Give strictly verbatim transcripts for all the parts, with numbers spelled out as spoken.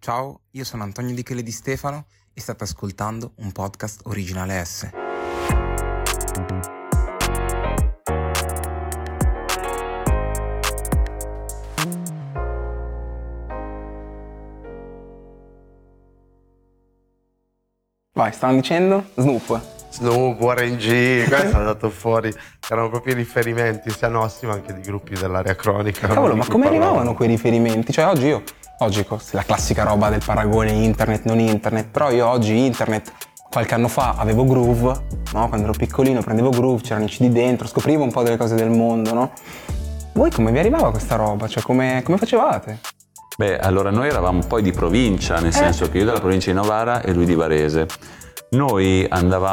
Ciao, io sono Antonio Di Chele Di Stefano e state ascoltando un podcast originale S. Vai, stavano dicendo Snoop. Snoop, Warren G, questo è andato fuori, erano proprio i riferimenti sia nostri ma anche di gruppi dell'area cronica. Cavolo, ma come arrivavano quei riferimenti? Cioè oggi io, oggi la classica roba del paragone internet, non internet, però io oggi internet, qualche anno fa avevo Groove, no? Quando ero piccolino prendevo Groove, c'erano i C D dentro, scoprivo un po' delle cose del mondo, no? Voi come vi arrivava questa roba? Cioè come, come facevate? Beh, allora noi eravamo poi di provincia, nel eh. senso che io della provincia di Novara e lui di Varese. Noi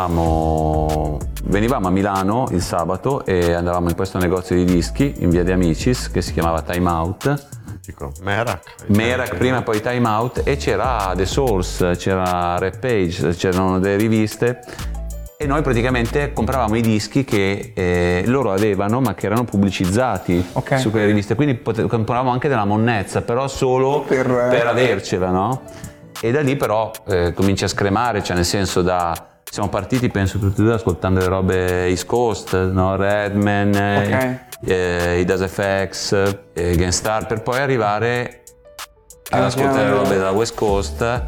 andavamo, venivamo a Milano il sabato e andavamo in questo negozio di dischi in via De Amicis che si chiamava Time Out. Merak. Merak prima, poi Time Out, e c'era The Source, c'era Rap Page, c'erano delle riviste e noi praticamente compravamo i dischi che eh, loro avevano ma che erano pubblicizzati okay. su quelle riviste, quindi pote- compravamo anche della monnezza, però solo per, per avercela, no? E da lì però eh, cominci a scremare, cioè nel senso da... Siamo partiti penso tutti e due ascoltando le robe East Coast, no? Redman, okay. eh, i Das F X, eh, Gangstar, per poi arrivare ad ascoltare le robe della West Coast.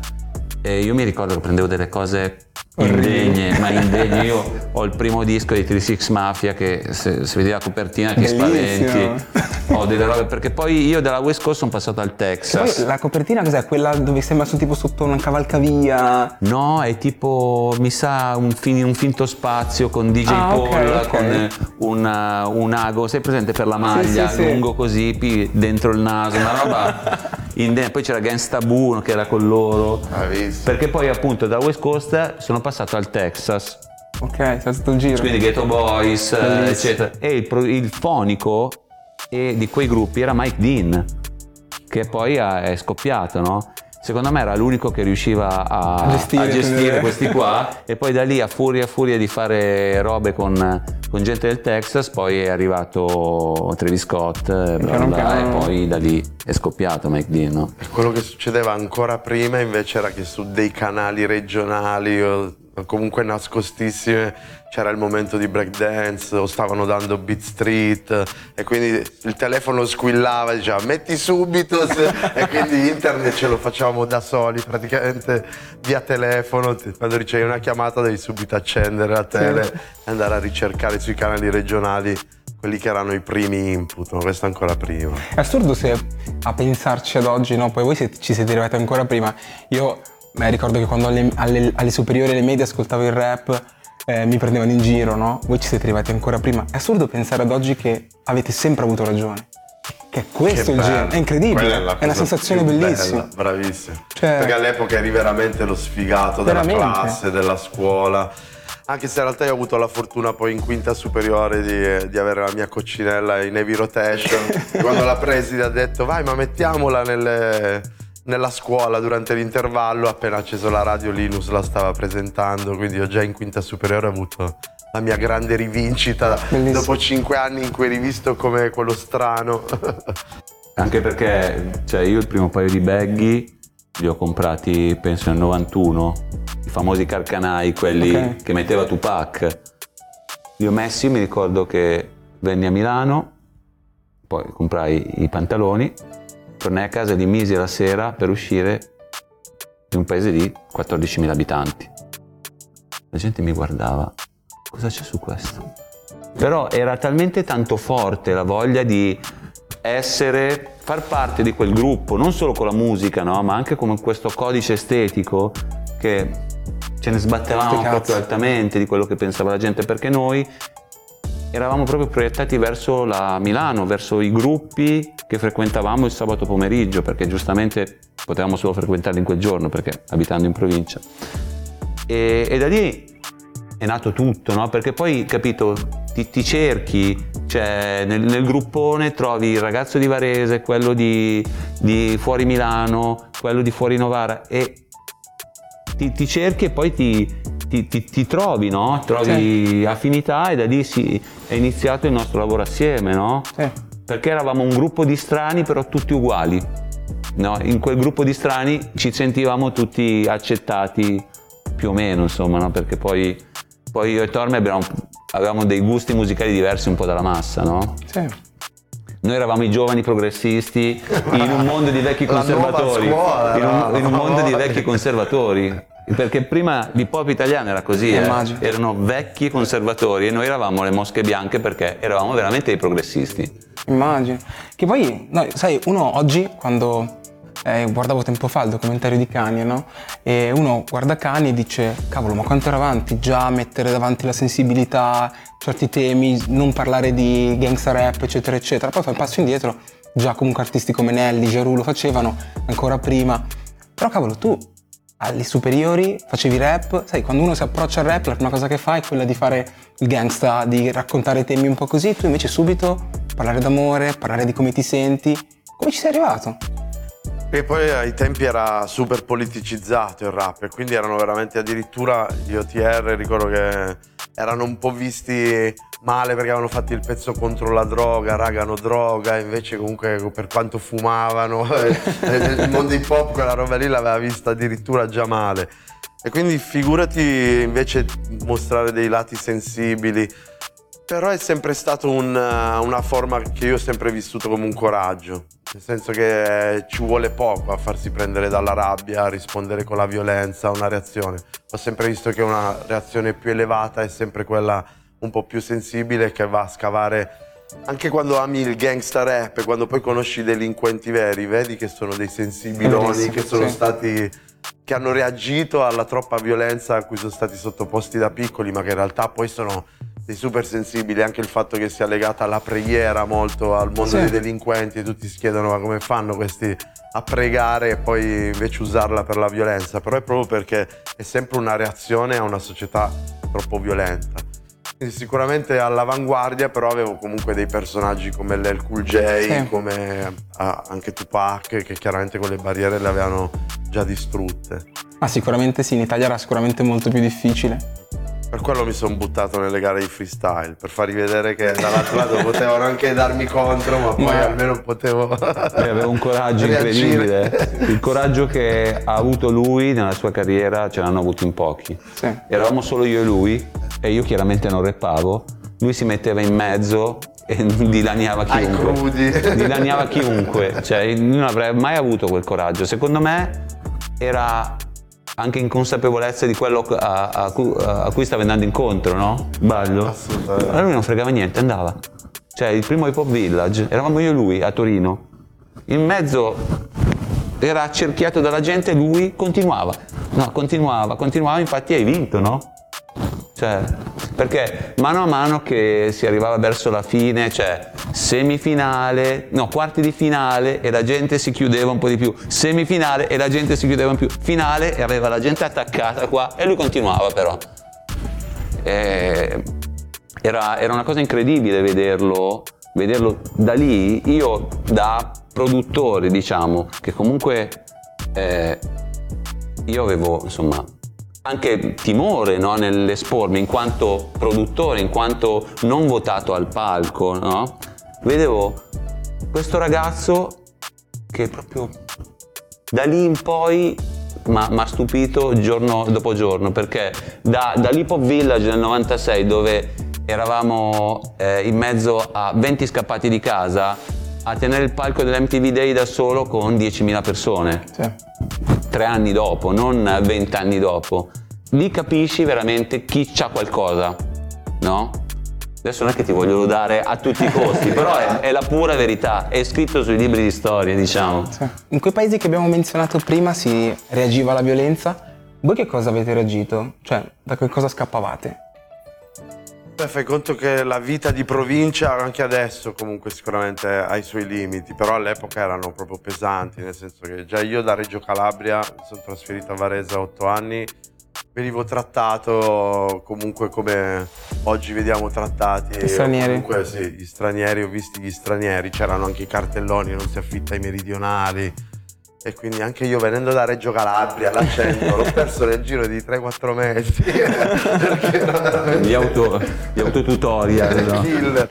E io mi ricordo che prendevo delle cose indegne, ma indegne. Io ho il primo disco di tre sei Mafia che se, se vedi la copertina ti spaventi. Ho delle robe, perché poi io dalla West Coast sono passato al Texas. Poi la copertina cos'è? Quella dove sembra su, tipo sotto una cavalcavia? No, è tipo, mi sa, un, fin, un finto spazio con D J ah, Paul, okay, okay. con una, un ago, sei presente, per la maglia, sì, sì, lungo sì. così, dentro il naso, una roba... In de- poi c'era Gangsta Boo che era con loro, perché poi appunto da West Coast sono passato al Texas. Ok, sei stato il giro. Quindi Ghetto Boys, bellissimo. Eccetera. E il, pro- il fonico e di quei gruppi era Mike Dean, che poi ha, è scoppiato, no? Secondo me era l'unico che riusciva a, a gestire, a gestire questi qua, e poi da lì a furia a furia di fare robe con, con gente del Texas poi è arrivato Travis Scott bla bla, e poi da lì è scoppiato Mike Dean, no? Quello che succedeva ancora prima invece era che su dei canali regionali o comunque nascostissime c'era il momento di breakdance o stavano dando Beat Street e quindi il telefono squillava e diceva metti subito se... e quindi internet ce lo facciamo da soli praticamente via telefono. Quando ricevi una chiamata devi subito accendere la tele sì. e andare a ricercare sui canali regionali quelli che erano i primi input, ma questo ancora prima. È assurdo se a pensarci ad oggi, no? Poi voi siete, ci siete arrivati ancora prima. Io beh, ricordo che quando alle, alle, alle superiori e alle medie ascoltavo il rap eh, mi prendevano in giro, no? Voi ci siete arrivati ancora prima. È assurdo pensare ad oggi che avete sempre avuto ragione. Che è questo che il genere, è incredibile, è, è una sensazione bellissima. Bella, bravissimo. Cioè, perché all'epoca eri veramente lo sfigato veramente. della classe, della scuola. Anche se in realtà io ho avuto la fortuna poi in quinta superiore di, di avere la mia coccinella in heavy rotation. Quando la preside ha detto vai ma mettiamola nelle... nella scuola durante l'intervallo, appena acceso la radio Linus la stava presentando, quindi io già in quinta superiore ho avuto la mia grande rivincita. Bellissimo. Dopo cinque anni in cui eri visto come quello strano. Anche perché cioè, io il primo paio di baggy li ho comprati penso nel novantuno, i famosi carcanai, quelli okay. che metteva Tupac. Li ho messi, mi ricordo che venni a Milano, poi comprai i pantaloni, tornai a casa e li misi la sera per uscire in un paese di quattordicimila abitanti. La gente mi guardava, cosa c'è su questo? Però era talmente tanto forte la voglia di essere, far parte di quel gruppo, non solo con la musica, no? Ma anche con questo codice estetico, che ce ne sbattevamo proprio altamente di quello che pensava la gente, perché noi eravamo proprio proiettati verso la Milano, verso i gruppi che frequentavamo il sabato pomeriggio, perché giustamente potevamo solo frequentarli in quel giorno, perché abitando in provincia. E, e da lì è nato tutto, no? Perché poi, capito, ti, ti cerchi, cioè nel, nel gruppone trovi il ragazzo di Varese, quello di, di fuori Milano, quello di fuori Novara, e ti, ti cerchi e poi ti, ti, ti, ti trovi, no? Trovi sì. affinità, e da lì si, è iniziato il nostro lavoro assieme, no? Sì. Perché eravamo un gruppo di strani però tutti uguali. no? In quel gruppo di strani ci sentivamo tutti accettati più o meno, insomma, no? Perché poi, poi io e Torme abbiamo, avevamo dei gusti musicali diversi un po' dalla massa, no? Sì. Noi eravamo i giovani progressisti in un mondo di vecchi conservatori, scuola, in, un, in un mondo di no? vecchi conservatori, perché prima l'hip hop italiano era così, eh. Erano vecchi conservatori e noi eravamo le mosche bianche perché eravamo veramente dei progressisti. Immagino. Che poi, no, sai, uno oggi quando eh, guardavo tempo fa il documentario di Kanye, no? E uno guarda Kanye e dice, cavolo, ma quanto era avanti già mettere davanti la sensibilità, certi temi, non parlare di gangsta rap, eccetera, eccetera. Poi fa un passo indietro, già comunque artisti come Nelly, Ja Rule lo facevano ancora prima. Però cavolo, tu alle superiori facevi rap, sai, quando uno si approccia al rap la prima cosa che fa è quella di fare il gangsta, di raccontare temi un po' così, tu invece subito parlare d'amore, parlare di come ti senti. Come ci sei arrivato? E poi ai tempi era super politicizzato il rap e quindi erano veramente addirittura gli O T R, ricordo che erano un po' visti male perché avevano fatto il pezzo contro la droga, raga no droga, invece comunque per quanto fumavano nel mondo hip hop quella roba lì l'aveva vista addirittura già male. E quindi figurati invece mostrare dei lati sensibili. Però è sempre stato un, una forma che io ho sempre vissuto come un coraggio, nel senso che ci vuole poco a farsi prendere dalla rabbia, a rispondere con la violenza a una reazione. Ho sempre visto che una reazione più elevata è sempre quella un po' più sensibile che va a scavare. Anche quando ami il gangsta rap e quando poi conosci i delinquenti veri, vedi che sono dei sensibiloni, che sono sì. stati, che hanno reagito alla troppa violenza a cui sono stati sottoposti da piccoli, ma che in realtà poi sono dei super sensibili. Anche il fatto che sia legata alla preghiera molto al mondo sì. dei delinquenti e tutti si chiedono ma come fanno questi a pregare e poi invece usarla per la violenza, però è proprio perché è sempre una reazione a una società troppo violenta. Quindi sicuramente all'avanguardia, però avevo comunque dei personaggi come l'L Cool J, sì. come ah, anche Tupac, che chiaramente quelle barriere le avevano già distrutte. Ah, sicuramente sì, in Italia era sicuramente molto più difficile. Per quello mi sono buttato nelle gare di freestyle, per fargli vedere che dall'altro lato potevano anche darmi contro, ma poi ma... almeno potevo... E aveva un coraggio incredibile. Il coraggio che ha avuto lui nella sua carriera ce l'hanno avuto in pochi. Sì. Eravamo solo io e lui, e io chiaramente non rappavo. Lui si metteva in mezzo e dilaniava chiunque. Ai crudi. Dilaniava chiunque. Cioè, io non avrei mai avuto quel coraggio. Secondo me era... anche in consapevolezza di quello a, a, cui, a cui stava andando incontro, no? Sbaglio? Assolutamente. Allora lui non fregava niente, andava. Cioè il primo Hip Hop Village, eravamo io e lui a Torino. In mezzo era accerchiato dalla gente e lui continuava. No, continuava, continuava, infatti hai vinto, no? Cioè, perché mano a mano che si arrivava verso la fine, cioè semifinale, no, quarti di finale e la gente si chiudeva un po' di più, semifinale e la gente si chiudeva un più, finale e aveva la gente attaccata qua e lui continuava però. E era, era una cosa incredibile vederlo, vederlo da lì. Io da produttore, diciamo, che comunque eh, io avevo, insomma, anche timore, no, nell'espormi in quanto produttore, in quanto non votato al palco, no? Vedevo questo ragazzo che proprio da lì in poi mi ha stupito giorno dopo giorno, perché da, dall'Hip Hop Village nel novantasei, dove eravamo eh, in mezzo a venti scappati di casa, a tenere il palco dell'M T V Day da solo con diecimila persone. Sì. Tre anni dopo, non vent'anni dopo, lì capisci veramente chi c'ha qualcosa, no? Adesso non è che ti voglio lodare a tutti i costi, però è, è la pura verità, è scritto sui libri di storia, diciamo. Sì. In quei paesi che abbiamo menzionato prima si reagiva alla violenza, voi che cosa avete reagito? Cioè, da che cosa scappavate? Beh, fai conto che la vita di provincia, anche adesso comunque sicuramente ha i suoi limiti, però all'epoca erano proprio pesanti, nel senso che già io da Reggio Calabria mi sono trasferito a Varese a otto anni, venivo trattato comunque come oggi vediamo trattati. Gli stranieri. Comunque sì, gli stranieri, ho visto gli stranieri, c'erano anche i cartelloni, non si affitta ai meridionali. E quindi anche io venendo da Reggio Calabria, l'accento l'ho perso nel giro di tre quattro mesi. Gli, auto, gli autotutorial, no? Killer.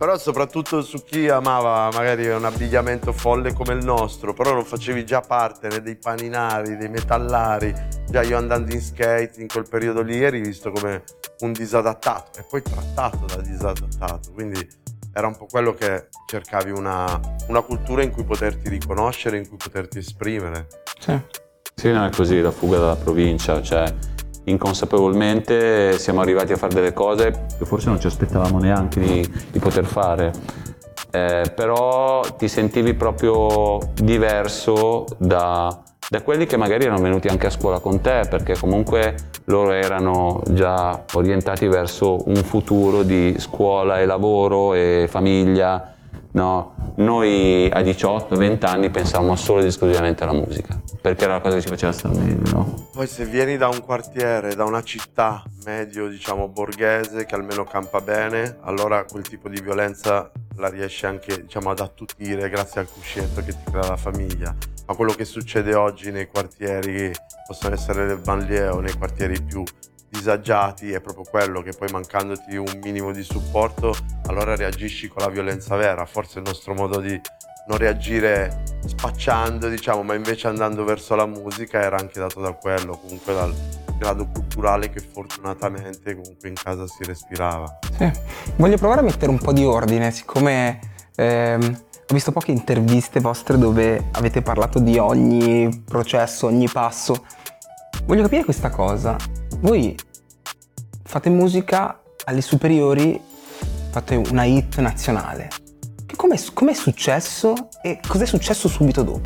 Però soprattutto su chi amava magari un abbigliamento folle come il nostro, però lo facevi già parte né, dei paninari, dei metallari, già io andando in skate in quel periodo lì eri visto come un disadattato e poi trattato da disadattato, quindi era un po' quello che cercavi, una, una cultura in cui poterti riconoscere, in cui poterti esprimere. Sì. Sì, non è così, la fuga dalla provincia, cioè inconsapevolmente siamo arrivati a fare delle cose che forse non ci aspettavamo neanche di, di poter fare, eh, però ti sentivi proprio diverso da, da quelli che magari erano venuti anche a scuola con te, perché comunque loro erano già orientati verso un futuro di scuola e lavoro e famiglia. No, noi a diciotto venti anni pensavamo solo ed esclusivamente alla musica, perché era la cosa che ci faceva stare meglio, no? Poi se vieni da un quartiere, da una città medio, diciamo borghese, che almeno campa bene, allora quel tipo di violenza la riesci anche, diciamo, ad attutire grazie al cuscinetto che ti crea la famiglia. Ma quello che succede oggi nei quartieri, possono essere le banlieue o nei quartieri più disagiati, è proprio quello, che poi mancandoti un minimo di supporto allora reagisci con la violenza vera. Forse il nostro modo di non reagire spacciando, diciamo, ma invece andando verso la musica era anche dato da quello, comunque dal grado culturale che fortunatamente comunque in casa si respirava. Sì. Voglio provare a mettere un po' di ordine, siccome ehm, ho visto poche interviste vostre dove avete parlato di ogni processo, ogni passo. Voglio capire questa cosa. Voi fate musica alle superiori, fate una hit nazionale. Che com'è, com'è successo e cos'è successo subito dopo?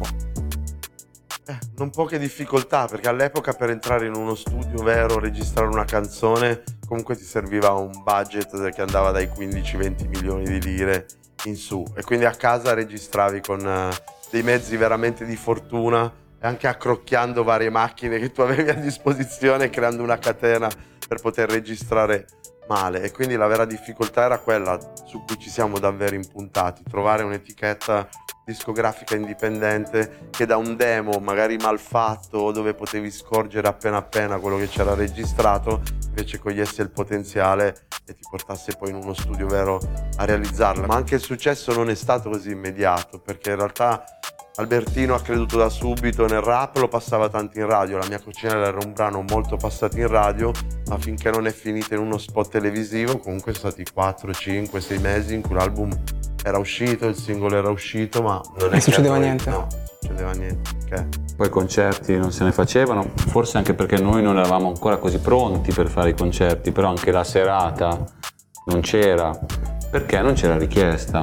Eh, non poche difficoltà, perché all'epoca per entrare in uno studio vero, registrare una canzone, comunque ti serviva un budget che andava dai quindici venti milioni di lire in su, e quindi a casa registravi con uh, dei mezzi veramente di fortuna, e anche accrocchiando varie macchine che tu avevi a disposizione, creando una catena per poter registrare male. E quindi la vera difficoltà era quella su cui ci siamo davvero impuntati, trovare un'etichetta discografica indipendente che da un demo magari mal fatto, dove potevi scorgere appena appena quello che c'era registrato, invece cogliesse il potenziale e ti portasse poi in uno studio vero a realizzarla. Ma anche il successo non è stato così immediato, perché in realtà Albertino ha creduto da subito nel rap, lo passava tanto in radio, La mia coccinella era un brano molto passato in radio, ma finché non è finito in uno spot televisivo, comunque sono stati quattro, cinque, sei mesi in cui l'album era uscito, il singolo era uscito, ma non è e succedeva noi, niente? No, non succedeva niente. Okay. Poi i concerti non se ne facevano, forse anche perché noi non eravamo ancora così pronti per fare i concerti, però anche la serata non c'era, perché non c'era richiesta.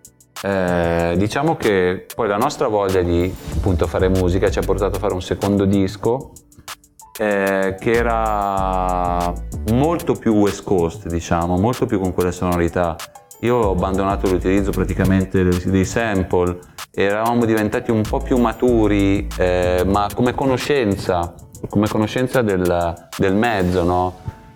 Eh, diciamo che poi la nostra voglia di appunto fare musica ci ha portato a fare un secondo disco eh, che era molto più West Coast, diciamo, molto più con quelle sonorità. Io ho abbandonato l'utilizzo praticamente dei sample, eravamo diventati un po' più maturi, eh, ma come conoscenza, come conoscenza del, del mezzo, no?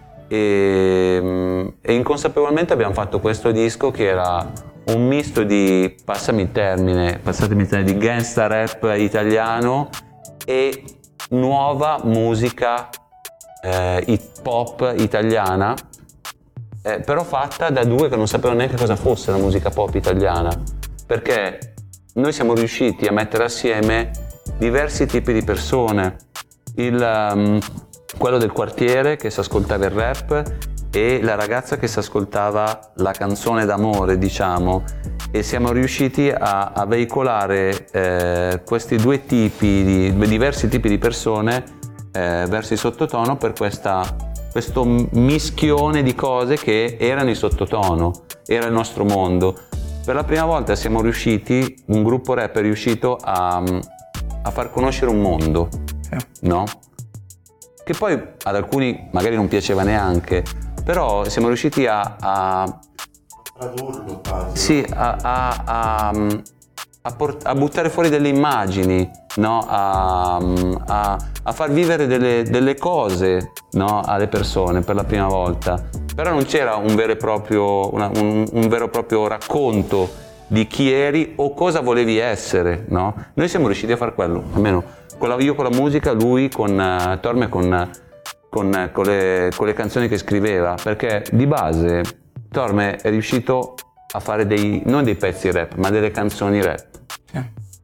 E, e inconsapevolmente abbiamo fatto questo disco che era un misto di, passami il termine, passatemi il termine, di gangsta rap italiano e nuova musica eh, hip hop italiana, eh, però fatta da due che non sapevano neanche cosa fosse la musica pop italiana, perché noi siamo riusciti a mettere assieme diversi tipi di persone, il, um, quello del quartiere che si ascoltava il rap e la ragazza che si ascoltava la canzone d'amore, diciamo, e siamo riusciti a, a veicolare eh, questi due tipi di diversi tipi di persone eh, verso il sottotono per questa, questo mischione di cose che erano il sottotono, era il nostro mondo. Per la prima volta siamo riusciti, un gruppo rap è riuscito a, a far conoscere un mondo, no? Che poi ad alcuni magari non piaceva neanche, però siamo riusciti a, a tradurlo quasi. Sì, a, a, a, a, port- a buttare fuori delle immagini, no? a, a, a far vivere delle, delle cose, no? Alle persone per la prima volta. Però non c'era un vero e proprio, una, un, un vero e proprio racconto di chi eri o cosa volevi essere, no? Noi siamo riusciti a fare quello, almeno con la, io con la musica, lui con uh, Torme con, con, con, le, con le canzoni che scriveva, perché di base Torme è riuscito a fare dei, non dei pezzi rap, ma delle canzoni rap. Sì.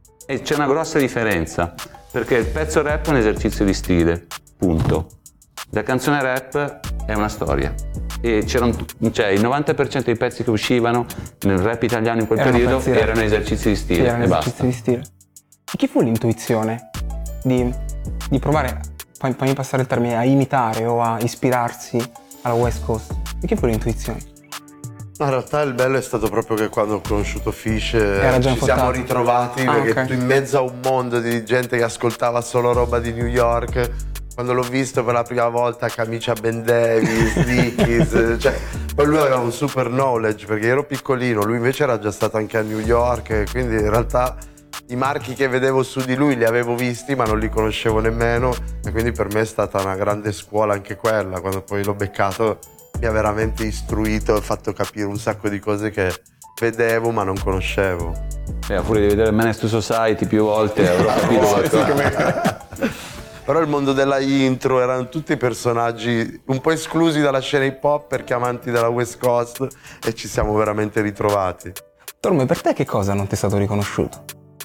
E c'è una grossa differenza, perché il pezzo rap è un esercizio di stile, punto. La canzone rap è una storia. E c'erano, cioè, il novanta per cento dei pezzi che uscivano nel rap italiano in quel Erano periodo pezzi rap. erano esercizi di stile, Sì, erano e esercizi basta. di stile. E chi fu l'intuizione di, di provare, poi, poi passare il termine, a imitare o a ispirarsi alla West Coast? E chi fu l'intuizione? No, in realtà il bello è stato proprio che quando ho conosciuto Fish Era già ci infottato. siamo ritrovati, Ah, perché ok. in mezzo a un mondo di gente che ascoltava solo roba di New York, quando l'ho visto per la prima volta, camicia Ben Davis, Dickies, cioè, poi lui aveva un super knowledge perché ero piccolino, lui invece era già stato anche a New York, quindi in realtà i marchi che vedevo su di lui li avevo visti ma non li conoscevo nemmeno, e quindi per me è stata una grande scuola anche quella. Quando poi l'ho beccato mi ha veramente istruito e fatto capire un sacco di cose che vedevo ma non conoscevo. E a furia di vedere Menace to Society più volte avrò capito qualcosa. Però il mondo della intro erano tutti personaggi un po' esclusi dalla scena hip hop perché amanti della West Coast, e ci siamo veramente ritrovati. Torme, per te che cosa non ti è stato riconosciuto?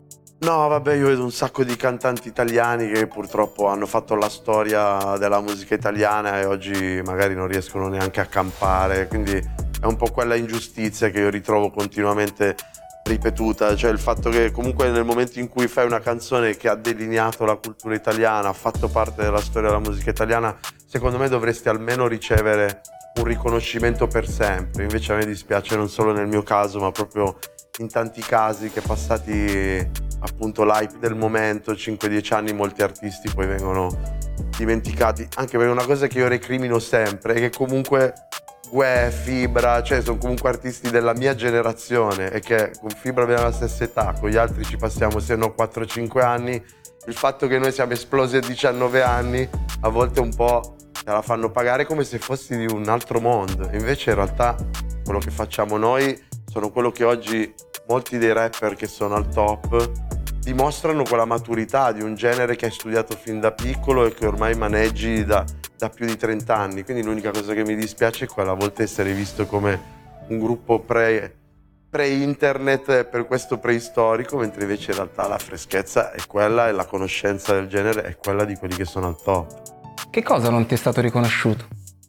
No, vabbè, io vedo un sacco di cantanti italiani che purtroppo hanno fatto la storia della musica italiana e oggi magari non riescono neanche a campare, quindi è un po' quella ingiustizia che io ritrovo continuamente ripetuta, cioè il fatto che comunque nel momento in cui fai una canzone che ha delineato la cultura italiana, ha fatto parte della storia della musica italiana, secondo me dovresti almeno ricevere un riconoscimento per sempre. Invece a me dispiace, non solo nel mio caso, ma proprio in tanti casi che passati appunto l'hype del momento, cinque dieci anni, molti artisti poi vengono dimenticati, anche perché una cosa che io recrimino sempre è che comunque Guè, Fibra, cioè sono comunque artisti della mia generazione, e che con Fibra abbiamo la stessa età, con gli altri ci passiamo se no quattro cinque anni. Il fatto che noi siamo esplosi a diciannove anni a volte un po' te la fanno pagare come se fossi di un altro mondo, invece in realtà quello che facciamo noi sono quello che oggi molti dei rapper che sono al top dimostrano, quella maturità di un genere che hai studiato fin da piccolo e che ormai maneggi da, da più di trenta anni. Quindi l'unica cosa che mi dispiace è quella a volte essere visto come un gruppo pre, pre-internet, per questo preistorico, mentre invece in realtà la freschezza è quella e la conoscenza del genere è quella di quelli che sono al top. Che cosa non ti è stato riconosciuto?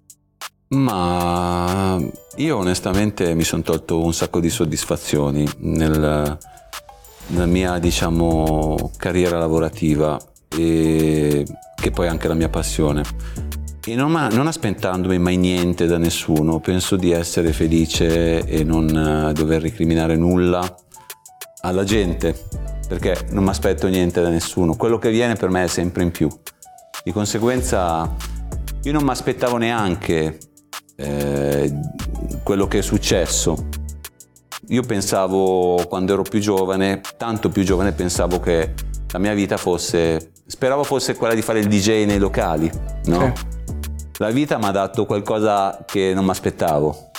Ma io onestamente mi sono tolto un sacco di soddisfazioni nel, nella mia, diciamo, carriera lavorativa, e che poi è anche la mia passione. E non, non aspettandomi mai niente da nessuno, penso di essere felice e non dover recriminare nulla alla gente, perché non mi aspetto niente da nessuno. Quello che viene per me è sempre in più. Di conseguenza io non mi aspettavo neanche eh, quello che è successo. Io pensavo, quando ero più giovane, tanto più giovane, pensavo che la mia vita fosse, speravo fosse quella di fare il D J nei locali, no? Sì. La vita mi ha dato qualcosa che non mi aspettavo,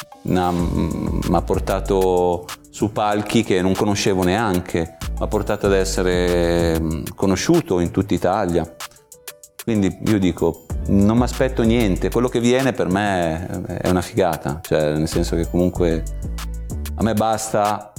mi ha portato su palchi che non conoscevo neanche, mi ha portato ad essere conosciuto in tutta Italia. Quindi io dico, non mi aspetto niente, quello che viene per me è una figata, cioè nel senso che comunque a me basta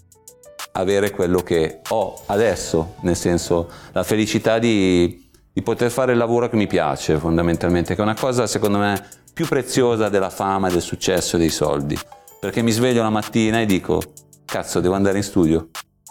avere quello che ho adesso, nel senso la felicità di, di poter fare il lavoro che mi piace fondamentalmente, che è una cosa secondo me più preziosa della fama, del successo e dei soldi, perché mi sveglio la mattina e dico, cazzo, devo andare in studio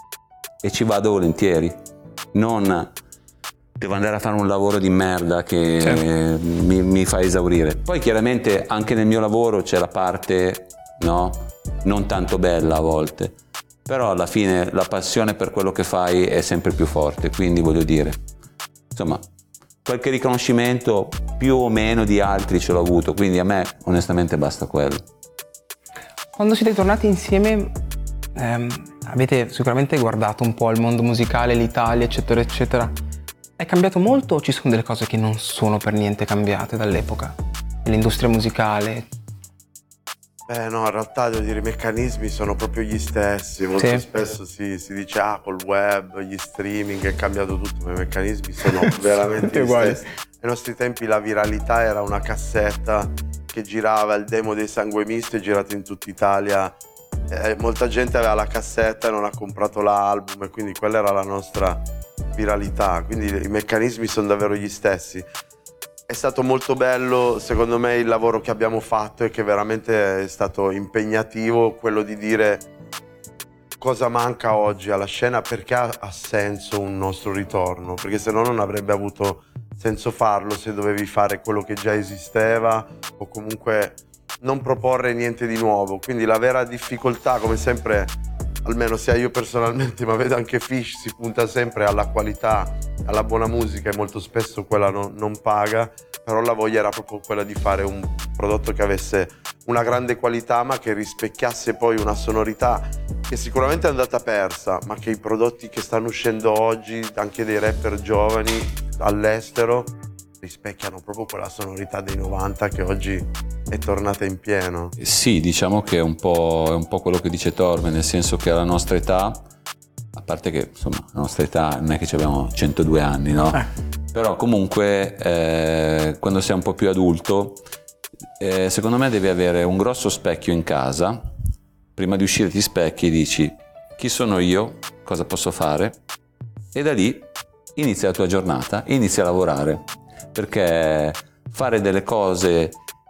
e ci vado volentieri, non devo andare a fare un lavoro di merda che certo. mi, mi fa esaurire. Poi chiaramente anche nel mio lavoro c'è la parte, no, non tanto bella a volte, però alla fine la passione per quello che fai è sempre più forte, quindi voglio dire, insomma, qualche riconoscimento più o meno di altri ce l'ho avuto, quindi a me onestamente basta quello. Quando siete tornati insieme ehm, avete sicuramente guardato un po' il mondo musicale, l'Italia, eccetera eccetera. È cambiato molto o ci sono delle cose che non sono per niente cambiate dall'epoca? Nell'industria musicale? Beh no, in realtà devo dire i meccanismi sono proprio gli stessi. Molto sì. spesso si, si dice ah, col web, gli streaming è cambiato tutto, ma i meccanismi sono veramente gli stessi. Ai nostri tempi la viralità era una cassetta che girava, il demo dei Sangue Misto è girato in tutta Italia eh, molta gente aveva la cassetta e non ha comprato l'album, e quindi quella era la nostra viralità, quindi i meccanismi sono davvero gli stessi. È stato molto bello, secondo me, il lavoro che abbiamo fatto, e che veramente è stato impegnativo, quello di dire cosa manca oggi alla scena, perché ha, ha senso un nostro ritorno, perché se no non avrebbe avuto senso farlo se dovevi fare quello che già esisteva o comunque non proporre niente di nuovo. Quindi la vera difficoltà, come sempre, almeno sia io personalmente, ma vedo anche Fish, si punta sempre alla qualità, alla buona musica, e molto spesso quella non, non paga, però la voglia era proprio quella di fare un prodotto che avesse una grande qualità, ma che rispecchiasse poi una sonorità che sicuramente è andata persa, ma che i prodotti che stanno uscendo oggi, anche dei rapper giovani all'estero, rispecchiano proprio quella sonorità dei novanta che oggi è tornata in pieno. Sì, diciamo che è un po', è un po' quello che dice Torme, nel senso che alla nostra età, a parte che insomma la nostra età non è che abbiamo centodue anni, no? Eh. Però comunque eh, quando sei un po' più adulto, eh, secondo me devi avere un grosso specchio in casa. Prima di uscire ti specchi e dici: chi sono io, cosa posso fare? E da lì inizia la tua giornata, inizia a lavorare, perché fare delle cose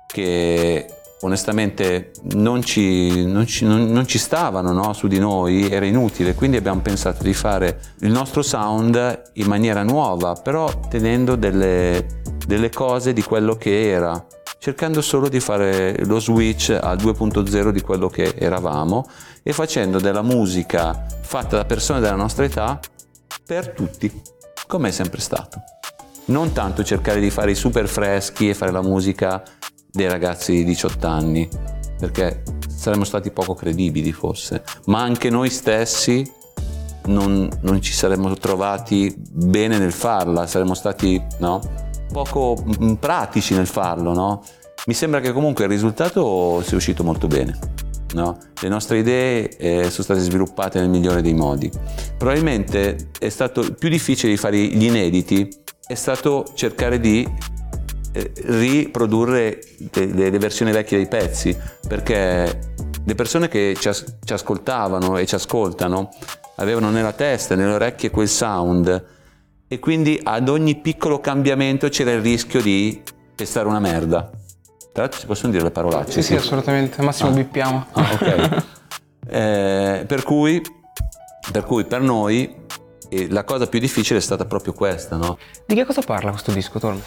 che onestamente non ci, non ci, non, non ci stavano, no, su di noi, era inutile. Quindi abbiamo pensato di fare il nostro sound in maniera nuova, però tenendo delle, delle cose di quello che era, cercando solo di fare lo switch al due punto zero di quello che eravamo, e facendo della musica fatta da persone della nostra età per tutti, come è sempre stato. Non tanto cercare di fare i super freschi e fare la musica dei ragazzi di diciotto anni, perché saremmo stati poco credibili forse, ma anche noi stessi non, non ci saremmo trovati bene nel farla, saremmo stati, no, poco pratici nel farlo, no? Mi sembra che comunque il risultato sia uscito molto bene, no? Le nostre idee eh, sono state sviluppate nel migliore dei modi. Probabilmente è stato più difficile di fare gli inediti, è stato cercare di eh, riprodurre le, le versioni vecchie dei pezzi, perché le persone che ci, as- ci ascoltavano e ci ascoltano avevano nella testa e nelle orecchie quel sound, e quindi ad ogni piccolo cambiamento c'era il rischio di pestare una merda. Tra l'altro si possono dire le parolacce? Sì, sì, assolutamente. Massimo, ah. bippiamo. Ah, ok. eh, per cui per cui per noi eh, la cosa più difficile è stata proprio questa, no? Di che cosa parla questo disco, Torme?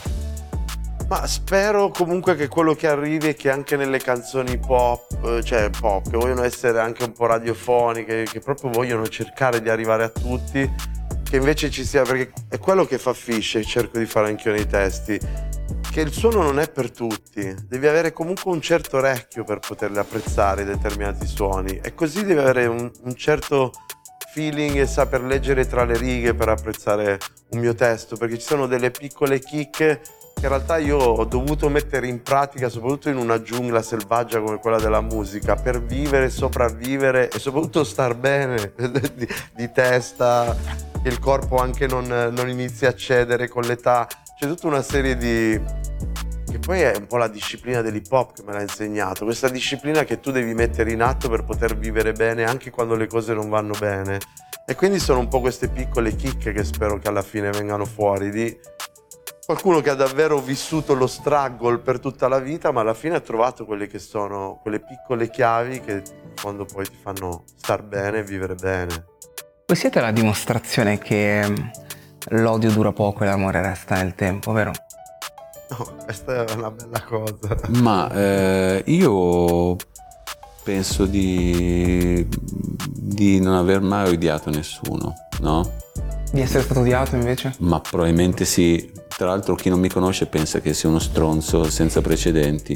Ma spero comunque che quello che arrivi è che anche nelle canzoni pop, cioè pop, che vogliono essere anche un po' radiofoniche, che proprio vogliono cercare di arrivare a tutti, che invece ci sia, perché è quello che fa Fish, e cerco di fare anch'io nei testi, che il suono non è per tutti, devi avere comunque un certo orecchio per poterli apprezzare determinati suoni, e così devi avere un, un certo feeling e saper leggere tra le righe per apprezzare un mio testo, perché ci sono delle piccole chicche che in realtà io ho dovuto mettere in pratica, soprattutto in una giungla selvaggia come quella della musica, per vivere, sopravvivere e soprattutto star bene di, di testa, che il corpo anche non, non inizi a cedere con l'età. C'è tutta una serie di... che poi è un po' la disciplina dell'hip hop che me l'ha insegnato, questa disciplina che tu devi mettere in atto per poter vivere bene anche quando le cose non vanno bene. E quindi sono un po' queste piccole chicche che spero che alla fine vengano fuori, di qualcuno che ha davvero vissuto lo struggle per tutta la vita, ma alla fine ha trovato quelle che sono quelle piccole chiavi che in fondo poi ti fanno star bene e vivere bene. Voi siete la dimostrazione che l'odio dura poco e l'amore resta nel tempo, vero? No, questa è una bella cosa. Ma eh, io penso di, di non aver mai odiato nessuno, no? Di essere stato odiato invece? Ma probabilmente sì. Tra l'altro chi non mi conosce pensa che sia uno stronzo senza precedenti.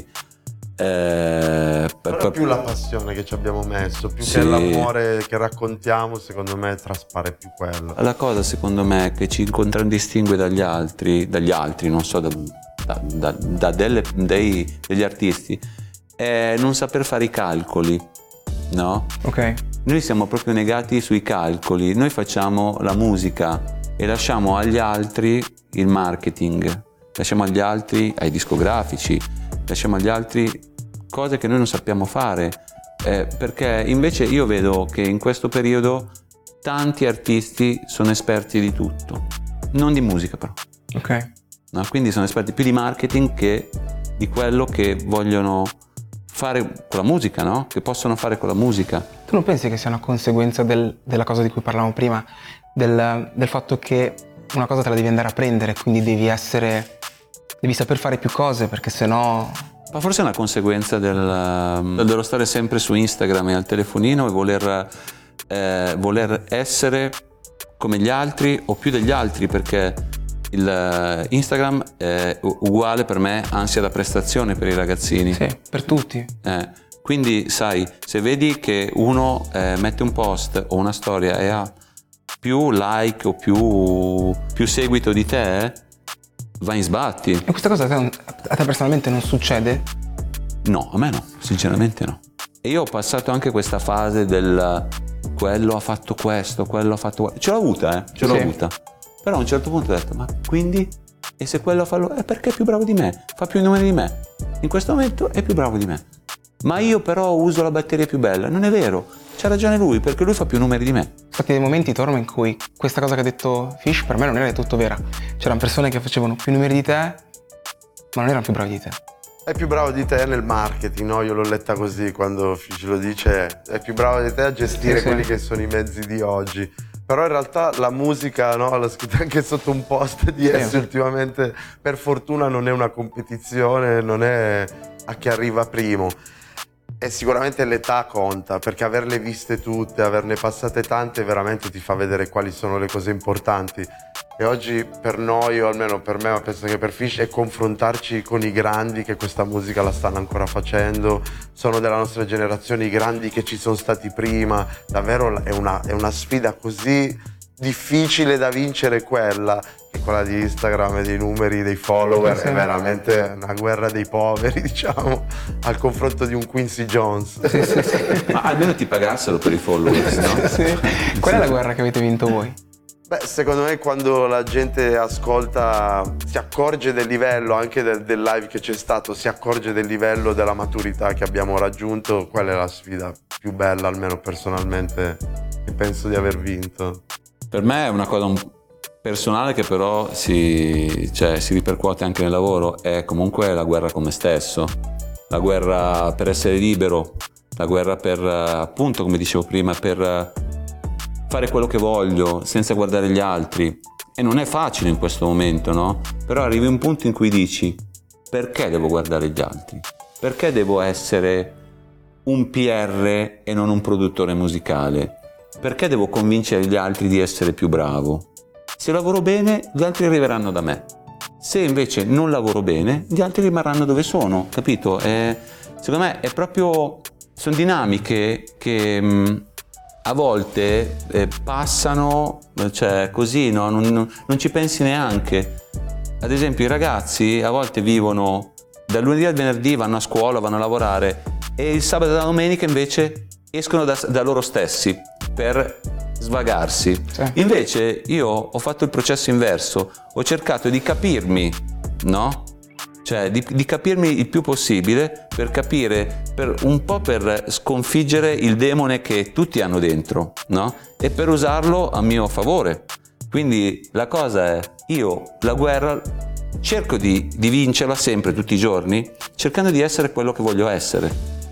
Eh, per, per più la passione che ci abbiamo messo, più sì. che l'amore che raccontiamo, secondo me traspare più quello. La cosa secondo me che ci contraddistingue dagli altri, dagli altri, non so, da, da, da, da delle, dei, degli artisti, è non saper fare i calcoli, no? Ok. Noi siamo proprio negati sui calcoli, noi facciamo la musica e lasciamo agli altri il marketing, lasciamo agli altri, ai discografici, lasciamo agli altri cose che noi non sappiamo fare. Eh, perché invece io vedo che in questo periodo tanti artisti sono esperti di tutto, non di musica però. Ok. No? Quindi sono esperti più di marketing che di quello che vogliono fare con la musica, no? Che possono fare con la musica. Tu non pensi che sia una conseguenza del, della cosa di cui parlavamo prima, del, del fatto che una cosa te la devi andare a prendere, quindi devi essere, devi saper fare più cose, perché sennò... Ma forse è una conseguenza del, dello stare sempre su Instagram e al telefonino e voler, eh, voler essere come gli altri o più degli altri, perché il Instagram è uguale per me ansia da prestazione per i ragazzini. Sì, per tutti. Eh, quindi sai, se vedi che uno eh, mette un post o una storia e ha più like o più, più seguito di te, vai in sbatti. E questa cosa a te, non- a te personalmente non succede? No, a me no, sinceramente no. E io ho passato anche questa fase del quello ha fatto questo, quello ha fatto questo. Ce l'ho avuta, eh, ce l'ho Sì. avuta. Però a un certo punto ho detto, ma quindi? E se quello fa lo... è perché è più bravo di me, fa più numeri di me. In questo momento è più bravo di me. Ma io però uso la batteria più bella. Non è vero, c'ha ragione lui, perché lui fa più numeri di me. Sono stati dei momenti, Torma, in cui questa cosa che ha detto Fish per me non era del tutto vera. C'erano persone che facevano più numeri di te, ma non erano più bravi di te. È più bravo di te nel marketing, no? Io l'ho letta così quando Fish lo dice, è più bravo di te a gestire Sì, sì. quelli che sono i mezzi di oggi. Però in realtà la musica, no? L'ho scritta anche sotto un post di Sì. S ultimamente, per fortuna non è una competizione, non è a chi arriva primo. E sicuramente l'età conta, perché averle viste tutte, averne passate tante, veramente ti fa vedere quali sono le cose importanti. E oggi per noi, o almeno per me, ma penso che per Fish, è confrontarci con i grandi che questa musica la stanno ancora facendo, sono della nostra generazione i grandi che ci sono stati prima. Davvero è una, è una sfida così difficile da vincere quella, che quella di Instagram e dei numeri, dei follower, Sì. è veramente una guerra dei poveri, diciamo, al confronto di un Quincy Jones. Sì, sì, sì. Ma almeno ti pagassero per i followers, no? Sì. Qual è la guerra che avete vinto voi? Beh, secondo me quando la gente ascolta, si accorge del livello, anche del, del live che c'è stato, si accorge del livello della maturità che abbiamo raggiunto, quella è la sfida più bella, almeno personalmente, che penso di aver vinto. Per me è una cosa un- personale che però si, cioè, si ripercuote anche nel lavoro, è comunque la guerra con me stesso, la guerra per essere libero, la guerra per, eh, appunto, come dicevo prima, per eh, fare quello che voglio senza guardare gli altri. E non è facile in questo momento, no? Però arrivi a un punto in cui dici, perché devo guardare gli altri? Perché devo essere un P R e non un produttore musicale? Perché devo convincere gli altri di essere più bravo? Se lavoro bene, gli altri arriveranno da me. Se invece non lavoro bene, gli altri rimarranno dove sono, capito? È, secondo me è proprio, sono dinamiche che mh, a volte eh, passano, cioè così, no? non, non, non ci pensi neanche. Ad esempio i ragazzi a volte vivono dal lunedì al venerdì, vanno a scuola, vanno a lavorare, e il sabato e la domenica invece escono da, da loro stessi per svagarsi. Sì. Invece io ho fatto il processo inverso, ho cercato di capirmi, no? Cioè di, di capirmi il più possibile per capire, per un po' per sconfiggere il demone che tutti hanno dentro, no? E per usarlo a mio favore. Quindi la cosa è, io la guerra cerco di, di vincerla sempre, tutti i giorni, cercando di essere quello che voglio essere,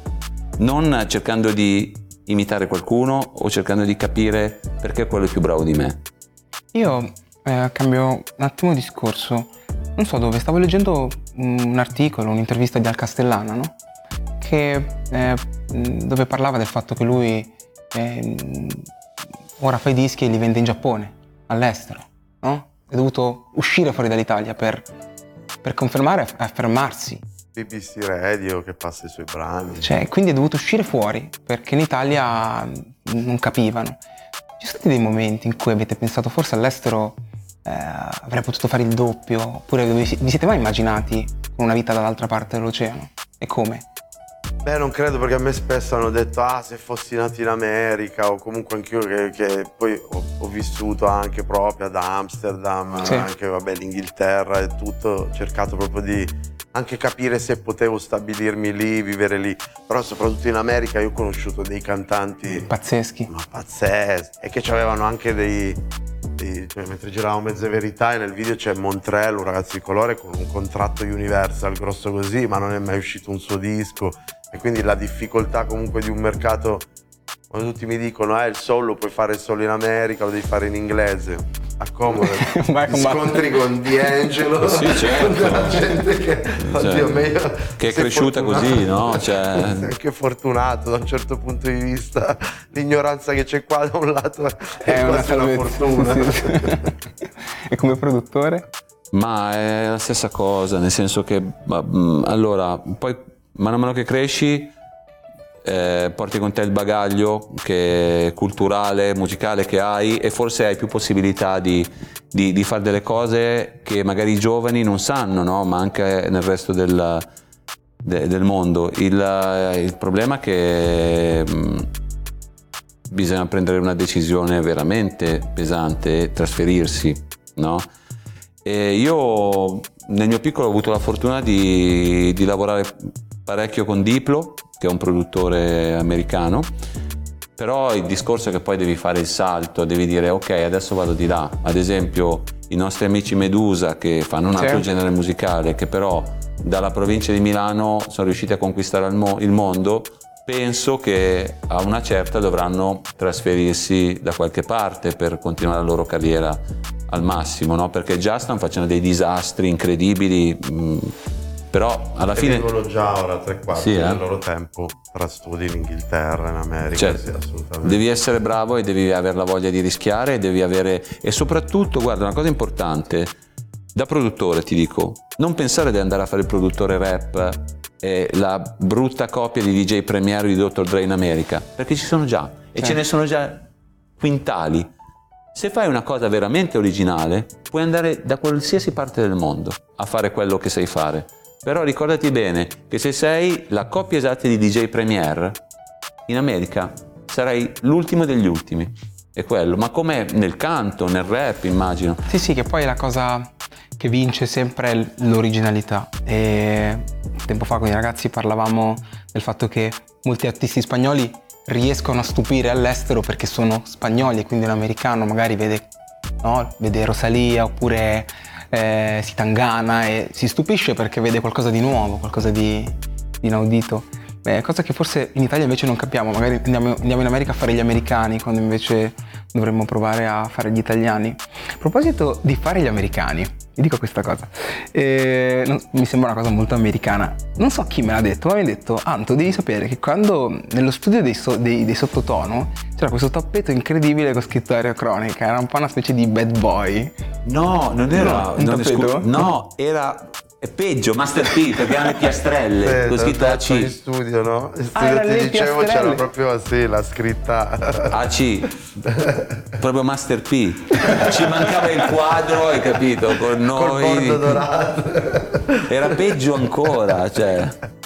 non cercando di imitare qualcuno o cercando di capire perché quello è più bravo di me. Io eh, cambio un attimo discorso. Non so dove, stavo leggendo un articolo, un'intervista di Al Castellana, no? Che, eh, dove parlava del fatto che lui eh, ora fa i dischi e li vende in Giappone, all'estero, no? È dovuto uscire fuori dall'Italia per, per confermare e affermarsi. B B C Radio che passa i suoi brani. Cioè, quindi è dovuto uscire fuori perché in Italia non capivano. Ci sono stati dei momenti in cui avete pensato forse all'estero eh, avrei potuto fare il doppio, oppure vi, vi siete mai immaginati con una vita dall'altra parte dell'oceano? E come? Beh, non credo, perché a me spesso hanno detto ah, se fossi nato in America, o comunque anch'io che, che poi ho, ho vissuto anche proprio ad Amsterdam, Sì. anche vabbè l'Inghilterra e tutto, ho cercato proprio di anche capire se potevo stabilirmi lì, vivere lì. Però soprattutto in America io ho conosciuto dei cantanti pazzeschi, ma pazzeschi, e che avevano anche dei, dei cioè, mentre giravamo Mezze Verità, e nel video c'è Montrell, un ragazzo di colore con un contratto Universal grosso così, ma non è mai uscito un suo disco, e quindi la difficoltà comunque di un mercato, quando tutti mi dicono eh il soul lo puoi fare solo in America, lo devi fare in inglese, accomodati, ti scontri con D'Angelo, sì, certo. con la gente che, cioè, oddio, meglio, che è cresciuta fortunato. Così, no? Cioè... anche fortunato da un certo punto di vista, l'ignoranza che c'è qua da un lato è, è quasi una, una fortuna. Sì, sì. E come produttore? Ma è la stessa cosa, nel senso che mh, allora poi mano a mano che cresci Eh, porti con te il bagaglio che culturale, musicale che hai, e forse hai più possibilità di, di, di fare delle cose che magari i giovani non sanno, no? Ma anche nel resto del, de, del mondo. Il, il problema è che mh, bisogna prendere una decisione veramente pesante e trasferirsi, no? E io nel mio piccolo ho avuto la fortuna di, di lavorare parecchio con Diplo, che è un produttore americano, però il discorso è che poi devi fare il salto, devi dire ok, adesso vado di là. Ad esempio i nostri amici Medusa, che fanno un altro sì. genere musicale, che però dalla provincia di Milano sono riusciti a conquistare il, mo- il mondo, penso che a una certa dovranno trasferirsi da qualche parte per continuare la loro carriera al massimo, no? Perché già stanno facendo dei disastri incredibili, mh, però alla e fine vengono già ora tre quarti sì, eh? del loro tempo tra studi in Inghilterra, in America, cioè, sì, assolutamente. Devi essere bravo e devi avere la voglia di rischiare, e devi avere, e soprattutto guarda, una cosa importante da produttore, ti dico, non pensare di andare a fare il produttore rap, eh, la brutta copia di D J Premier di doctor Dre in America, perché ci sono già, e sì. ce ne sono già quintali. Se fai una cosa veramente originale, puoi andare da qualsiasi parte del mondo a fare quello che sai fare. Però ricordati bene che se sei la coppia esatta di D J Premier, in America sarai l'ultimo degli ultimi. È quello, ma come nel canto, nel rap, immagino. Sì, sì, che poi la cosa che vince sempre è l'originalità. E tempo fa con i ragazzi parlavamo del fatto che molti artisti spagnoli riescono a stupire all'estero perché sono spagnoli, e quindi un americano magari vede, no, vede Rosalia oppure eh, Sitangana e si stupisce perché vede qualcosa di nuovo, qualcosa di, di inaudito. Beh, cosa che forse in Italia invece non capiamo, magari andiamo, andiamo in America a fare gli americani quando invece dovremmo provare a fare gli italiani. A proposito di fare gli americani, vi dico questa cosa, eh, non, mi sembra una cosa molto americana, non so chi me l'ha detto, ma mi ha detto Anto, devi sapere che quando nello studio dei, so, dei, dei Sottotono c'era questo tappeto incredibile con scritto Aria Cronica, era un po' una specie di bad boy. No, non era no, un non tappeto? Scu- no, era è peggio, Master P, perché erano le piastrelle, con scritto A C. in studio, no? In studio Ah, ti dicevo piastrelle. c'era proprio sì, la scritta A C, proprio Master P. Ci mancava il quadro, hai capito? Con noi. col bordo dorato. Era peggio ancora, cioè.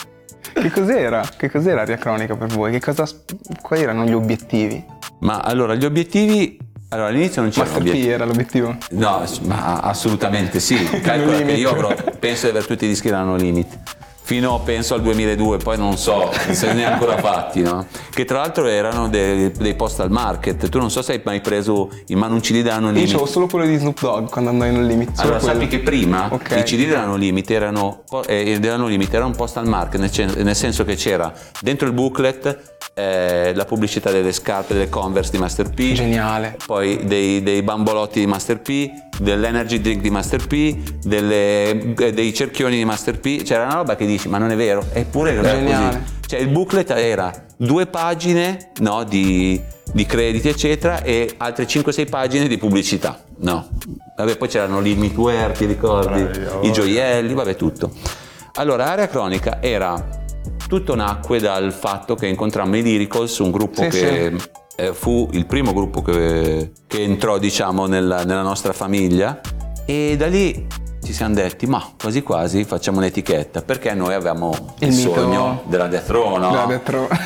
Che cos'era? Che cos'era Aria Cronica per voi? Che cosa, quali erano gli obiettivi? Ma allora, gli obiettivi. Allora, all'inizio non c'erano Master P obiettivi. era l'obiettivo? No, ma assolutamente sì. Calcola che io avrò, penso di aver tutti i dischi da No Limit. Fino penso al duemiladue, poi non so se ne è ancora fatti, no? Che tra l'altro erano dei, dei postal market. Tu non so se hai mai preso in mano un C D da No Limit. Io c'avevo solo quello di Snoop Dogg quando andai in No Limit. Allora quello. sappi che prima okay. i C D della No Limit erano, eh, della No Limit era un postal market, nel, nel senso che c'era dentro il booklet eh, la pubblicità delle scarpe, delle Converse di Master P. Geniale. Poi dei, dei bambolotti di Master P, dell'energy drink di Master P, delle, dei cerchioni di Master P. C'era una roba che dici ma non è vero, eppure era Geniale. così. Cioè il booklet era due pagine, no, di, di crediti eccetera, e altre cinque sei pagine di pubblicità, no. Vabbè, poi c'erano Limit Wear, ti ricordi? Bravi, I gioielli, vabbè tutto. Allora Aria Cronica era, tutto nacque dal fatto che incontrammo i Lyricals, un gruppo sì, che sì. Eh, fu il primo gruppo che, che entrò diciamo nella, nella nostra famiglia, e da lì ci siamo detti ma quasi quasi facciamo un'etichetta, perché noi avevamo il, il sogno della Death Row, no? Della Death Row.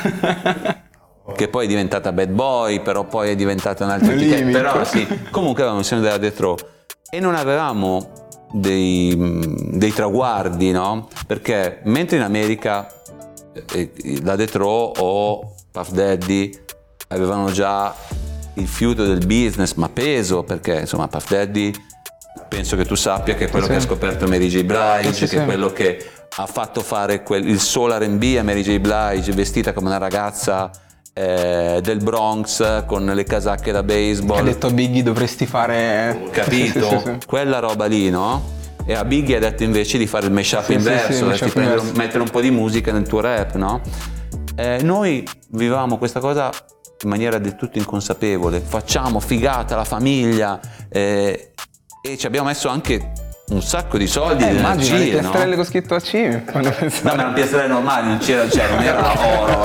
Che poi è diventata Bad Boy, però poi è diventata un'altra No etichetta, Limit. però sì, comunque avevamo il sogno della Death Row e non avevamo dei, dei traguardi, no? Perché mentre in America eh, la Detro o Puff Daddy avevano già il fiuto del business, ma peso, perché insomma Puff Daddy penso che tu sappia che è quello sì. che ha scoperto Mary J. Blige, sì, che sì. è quello che ha fatto fare quel, il soul R and B a Mary J. Blige, vestita come una ragazza eh, del Bronx con le casacche da baseball. Ha detto a Biggie dovresti fare... Capito? Sì, sì, sì. Quella roba lì, no? E a Biggie ha detto invece di fare il mashup sì, inverso, sì, sì, mashup prendere, mettere un po' di musica nel tuo rap, no? Eh, noi vivevamo questa cosa in maniera del tutto inconsapevole, facciamo figata la famiglia eh, e ci abbiamo messo anche un sacco di soldi, eh, immagino le piastrelle no? con scritto A C. No, ma erano piastrelle normali, non c'era, cioè, non era oro,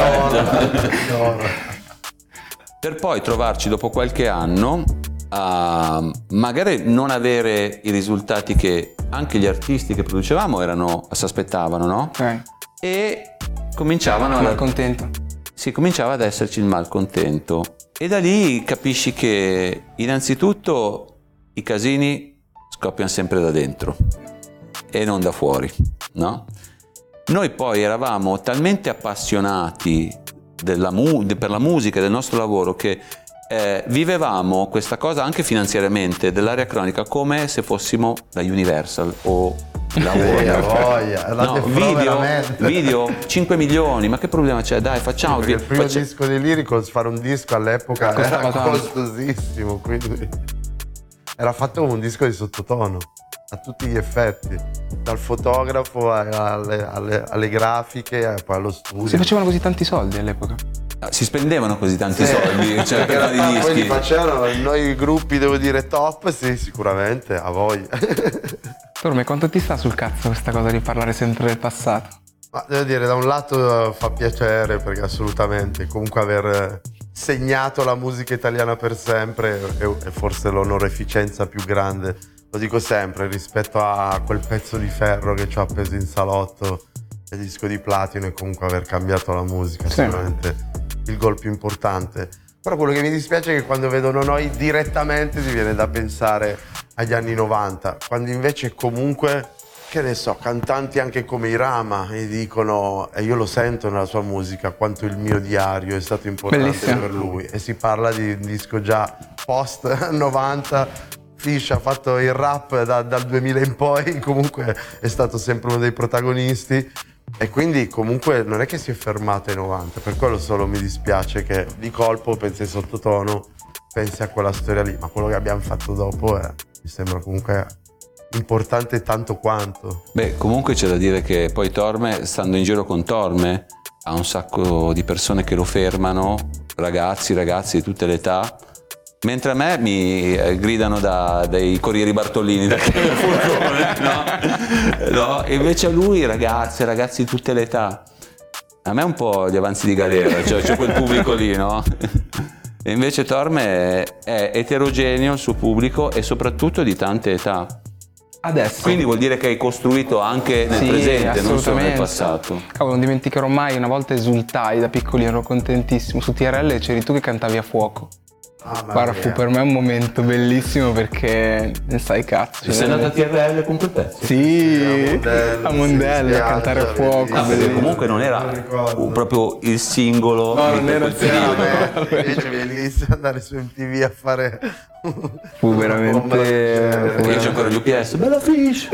eh. Per poi trovarci dopo qualche anno a magari non avere i risultati che anche gli artisti che producevamo erano, si aspettavano, no? Okay. E cominciavano a... malcontento. Sì, cominciava ad esserci il malcontento e da lì capisci che innanzitutto i casini scoppiano sempre da dentro e non da fuori, no? Noi poi eravamo talmente appassionati della mu- per la musica e del nostro lavoro che eh, vivevamo questa cosa anche finanziariamente dell'area cronica come se fossimo la Universal o la Warner. Voglia, no, video, video cinque milioni, ma che problema c'è? Dai, facciamo. Sì, il primo faccia... disco di Lyricals, fare un disco all'epoca costava era costosissimo, quindi era fatto come un disco di sottotono a tutti gli effetti, dal fotografo alle, alle, alle grafiche e poi allo studio. Si facevano così tanti soldi all'epoca? Si spendevano così tanti sì. soldi, cioè per i dischi. Poi li facevano noi gruppi, devo dire top, sì, sicuramente, a voglia. Torme, quanto ti sta sul cazzo questa cosa di parlare sempre del passato? Ma devo dire, da un lato fa piacere perché assolutamente, comunque aver segnato la musica italiana per sempre è forse l'onoreficenza più grande, lo dico sempre, rispetto a quel pezzo di ferro che ci ho appeso in salotto, il disco di platino, e comunque aver cambiato la musica, sì. Sicuramente il gol più importante. Però quello che mi dispiace è che quando vedono noi direttamente ti viene da pensare agli anni novanta, quando invece comunque, che ne so, cantanti anche come i Rama e dicono, e io lo sento nella sua musica, quanto il mio diario è stato importante Bellissimo. Per lui, e si parla di un disco già post novanta. Fish ha fatto il rap da, dal duemila in poi, comunque è stato sempre uno dei protagonisti e quindi comunque non è che si è fermato ai novanta, per quello solo mi dispiace che di colpo pensi ai Sottotono, pensi a quella storia lì, ma quello che abbiamo fatto dopo è, mi sembra comunque importante tanto quanto. Beh, comunque c'è da dire che poi Torme, stando in giro con Torme, ha un sacco di persone che lo fermano, ragazzi, ragazzi di tutte le età, mentre a me mi gridano da, dai Corrieri Bartolini, da furgone, no? No? E invece a lui ragazze, ragazzi di tutte le età. A me è un po' gli avanzi di galera, cioè c'è quel pubblico lì, no? E invece Torme è, è eterogeneo il suo pubblico e soprattutto di tante età. Adesso. Quindi vuol dire che hai costruito anche nel sì, presente, non solo nel passato. Cavolo, non dimenticherò mai, una volta esultai da piccolino, ero contentissimo. Su T R L c'eri tu che cantavi a fuoco. Ah, guarda, fu per me un momento bellissimo perché ne sai cazzo. Sei andato a T R L con quel pezzo? Sì, a Mondello, sì, a cantare a fuoco. Ah, perché comunque non era uh, proprio il singolo. No, non era il singolo. Invece bellissimo andare su M T V a fare... Fu veramente... Io c'ho ancora gli U P S, bella Fish!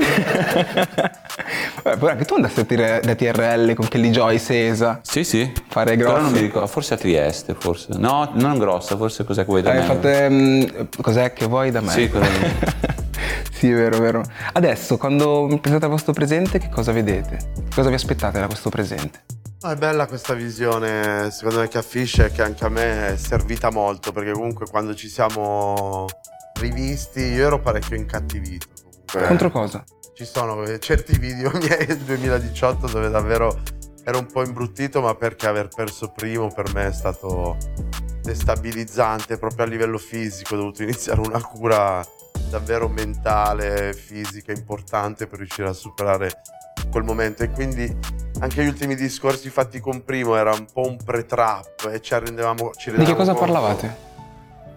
Beh, poi anche tu andasti a tir- da T R L con Kelly Joy, Sesa. Sì, sì. Fare grossi. Però non mi ricordo, forse a Trieste, forse. No, non grossa, forse Cos'è che vuoi da eh, me? Fate, um, cos'è che vuoi da me? Sì, cosa... Sì, vero, vero. Adesso, quando pensate al vostro presente, che cosa vedete? Cosa vi aspettate da questo presente? Ah, è bella questa visione, secondo me, che a Fish e che anche a me è servita molto, perché comunque quando ci siamo rivisti io ero parecchio incattivito. Comunque, contro cosa? Ci sono certi video miei del duemiladiciotto dove davvero ero un po' imbruttito, ma perché aver perso Primo per me è stato destabilizzante proprio a livello fisico. Ho dovuto iniziare una cura davvero mentale, fisica importante per riuscire a superare quel momento, e quindi anche gli ultimi discorsi fatti con Primo era un po' un pre-trap e ci arrendevamo, ci di che cosa parlavate?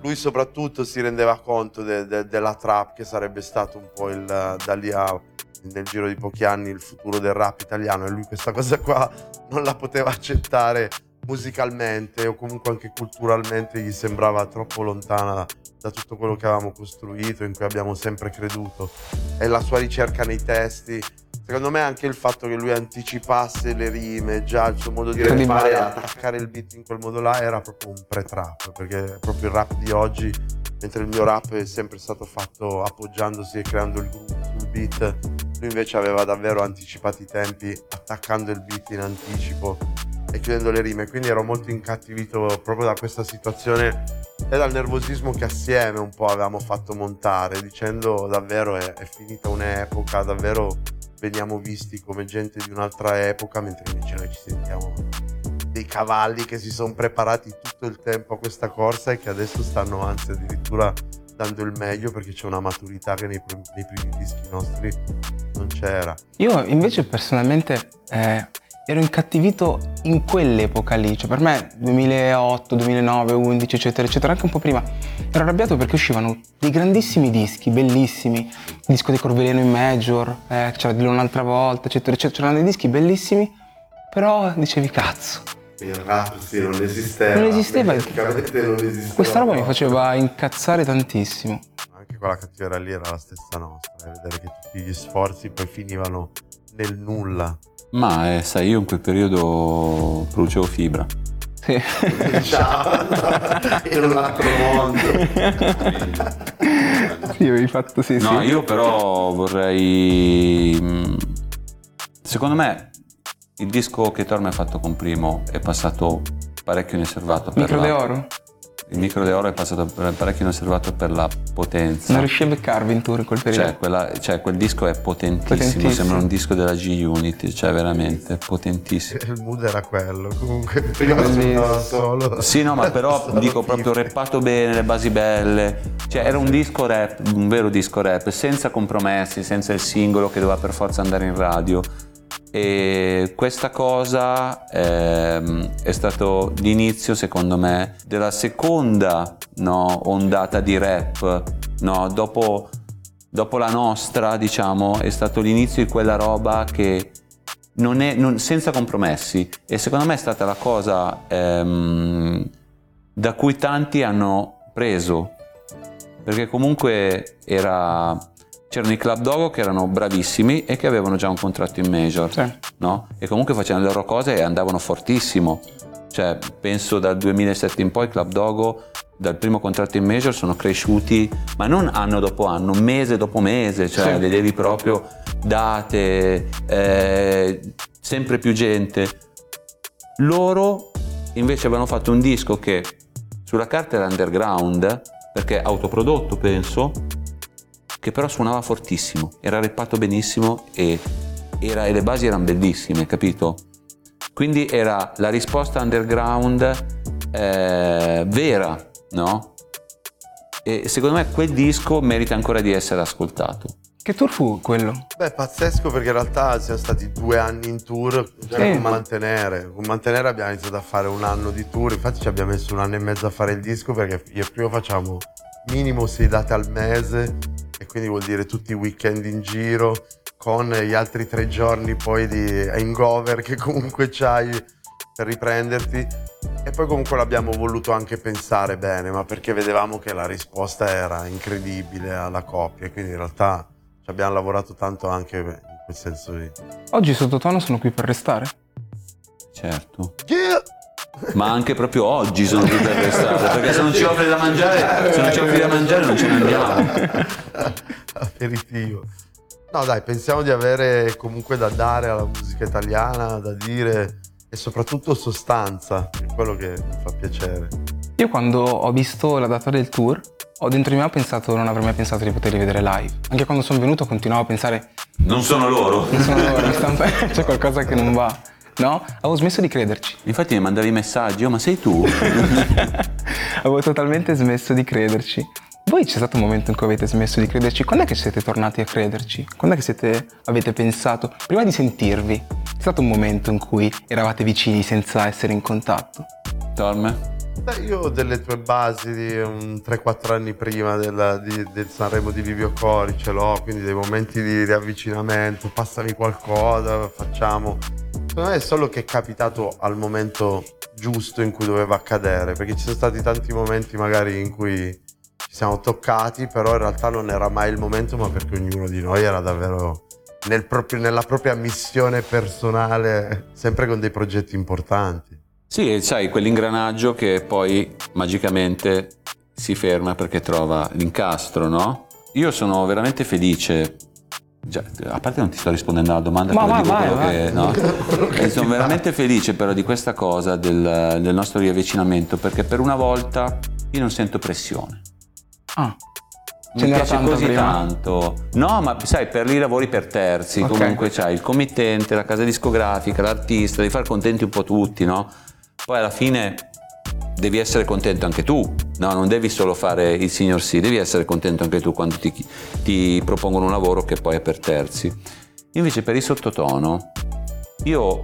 lui soprattutto si rendeva conto de, de, della trap, che sarebbe stato un po' il, da lì a, nel giro di pochi anni, il futuro del rap italiano, e lui questa cosa qua non la poteva accettare musicalmente, o comunque anche culturalmente gli sembrava troppo lontana da, da tutto quello che avevamo costruito, in cui abbiamo sempre creduto. E la sua ricerca nei testi, secondo me anche il fatto che lui anticipasse le rime, già il suo modo di rappare e attaccare il beat in quel modo là, era proprio un pre-trap, perché proprio il rap di oggi, mentre il mio rap è sempre stato fatto appoggiandosi e creando il groove sul beat, lui invece aveva davvero anticipato i tempi, attaccando il beat in anticipo e chiudendo le rime. Quindi ero molto incattivito proprio da questa situazione e dal nervosismo che assieme un po' avevamo fatto montare, dicendo davvero è, è finita un'epoca, davvero veniamo visti come gente di un'altra epoca, mentre invece noi ci sentiamo dei cavalli che si sono preparati tutto il tempo a questa corsa e che adesso stanno anzi addirittura dando il meglio, perché c'è una maturità che nei, nei primi dischi nostri non c'era. Io invece personalmente eh, ero incattivito in quell'epoca lì, cioè per me duemilaotto, duemilanove, undici eccetera eccetera, anche un po' prima, ero arrabbiato perché uscivano dei grandissimi dischi, bellissimi, il disco di Corveleno in major, eh, c'era Dillo un'altra volta eccetera eccetera, c'erano dei dischi bellissimi, però dicevi cazzo, il rap sì, non esisteva, non esisteva, praticamente non esisteva. Questa roba mi faceva incazzare tantissimo. Anche quella cattiveria lì era la stessa nostra, e vedere che tutti gli sforzi poi finivano nel nulla. Ma eh, sai, io in quel periodo producevo fibra. Sì. Ciao, in un altro mondo. Sì, avevi fatto sì, No, sì. io però vorrei... Secondo me il disco che Thor mi ha fatto con Primo è passato parecchio inosservato. Per Micro la... de Oro? Il Micro de Oro è passato parecchio inosservato per la potenza. Non riuscivi a beccarvi in tour in quel periodo? Cioè, quella, cioè quel disco è potentissimo, Potentissimo. Sembra un disco della G-Unit, cioè veramente potentissimo. Il mood era quello, comunque prima suonava solo. Sì, no, ma però solo dico tipo. proprio rappato bene, le basi belle, cioè era un disco rap, un vero disco rap, senza compromessi, senza il singolo che doveva per forza andare in radio. E questa cosa ehm, è stato l'inizio, secondo me, della seconda, no, ondata di rap, no, dopo, dopo la nostra, diciamo, è stato l'inizio di quella roba che non è non, senza compromessi, e secondo me è stata la cosa ehm, da cui tanti hanno preso, perché comunque era... c'erano i Club Dogo che erano bravissimi e che avevano già un contratto in major, Sì. no? E comunque facevano le loro cose e andavano fortissimo. Cioè, penso dal duemilasette in poi Club Dogo, dal primo contratto in major, sono cresciuti, ma non anno dopo anno, mese dopo mese, cioè Sì. vedevi proprio date, eh, sempre più gente. Loro invece avevano fatto un disco che sulla carta era underground, perché autoprodotto penso, che però suonava fortissimo, era rappato benissimo e, era, e le basi erano bellissime, capito? Quindi era la risposta underground eh, vera, no? E secondo me quel disco merita ancora di essere ascoltato. Che tour fu quello? Beh, pazzesco, perché in realtà siamo stati due anni in tour già Sì. con Mantenere. Con Mantenere abbiamo iniziato a fare un anno di tour, infatti ci abbiamo messo un anno e mezzo a fare il disco, perché io prima facciamo minimo sei date al mese, e quindi vuol dire tutti i weekend in giro, con gli altri tre giorni poi di hangover che comunque c'hai per riprenderti. E poi comunque l'abbiamo voluto anche pensare bene, ma perché vedevamo che la risposta era incredibile alla coppia, quindi in realtà ci abbiamo lavorato tanto anche in quel senso lì. Oggi Sottotono sono qui per restare? Certo. Yeah! Ma anche proprio oggi sono qui per restare, perché se non ci offri da mangiare, se non ci offri da mangiare non ce ne andiamo. Aperitivo. No dai, pensiamo di avere comunque da dare alla musica italiana, da dire, e soprattutto sostanza, che è quello che mi fa piacere. Io quando ho visto la data del tour, ho dentro di me ho pensato, non avrei mai pensato di poterli vedere live. Anche quando sono venuto continuavo a pensare, Non sono loro. non sono loro, mi stanno- c'è qualcosa che non va. No? Avevo smesso di crederci. Infatti mi mandavi messaggi, oh ma sei tu? Avevo totalmente smesso di crederci. Voi c'è stato un momento in cui avete smesso di crederci? Quando è che siete tornati a crederci? Quando è che siete, avete pensato? Prima di sentirvi, c'è stato un momento in cui eravate vicini senza essere in contatto? Torme? Beh, io ho delle tue basi di un tre quattro anni prima della, di, del Sanremo di Vivio Cori, ce l'ho, quindi dei momenti di riavvicinamento, passami qualcosa, facciamo. Secondo me è solo che è capitato al momento giusto in cui doveva accadere, perché ci sono stati tanti momenti magari in cui ci siamo toccati, però in realtà non era mai il momento, ma perché ognuno di noi era davvero nel proprio, nella propria missione personale, sempre con dei progetti importanti. Sì, sai, quell'ingranaggio che poi magicamente si ferma perché trova l'incastro, no? Io sono veramente felice, già, a parte non ti sto rispondendo alla domanda, ma però vai, dico vai, quello vai. che... No? E sono veramente felice però di questa cosa del, del nostro riavvicinamento, perché per una volta io non sento pressione. Ah. Mi Ce n'era piace tanto così prima. tanto. No, ma sai, per i lavori per terzi, Ok. comunque c'hai il committente, la casa discografica, l'artista, devi far contenti un po' tutti, no? Poi alla fine devi essere contento anche tu, no? Non devi solo fare il signor sì, devi essere contento anche tu quando ti, ti propongono un lavoro che poi è per terzi. Invece per il sottotono, io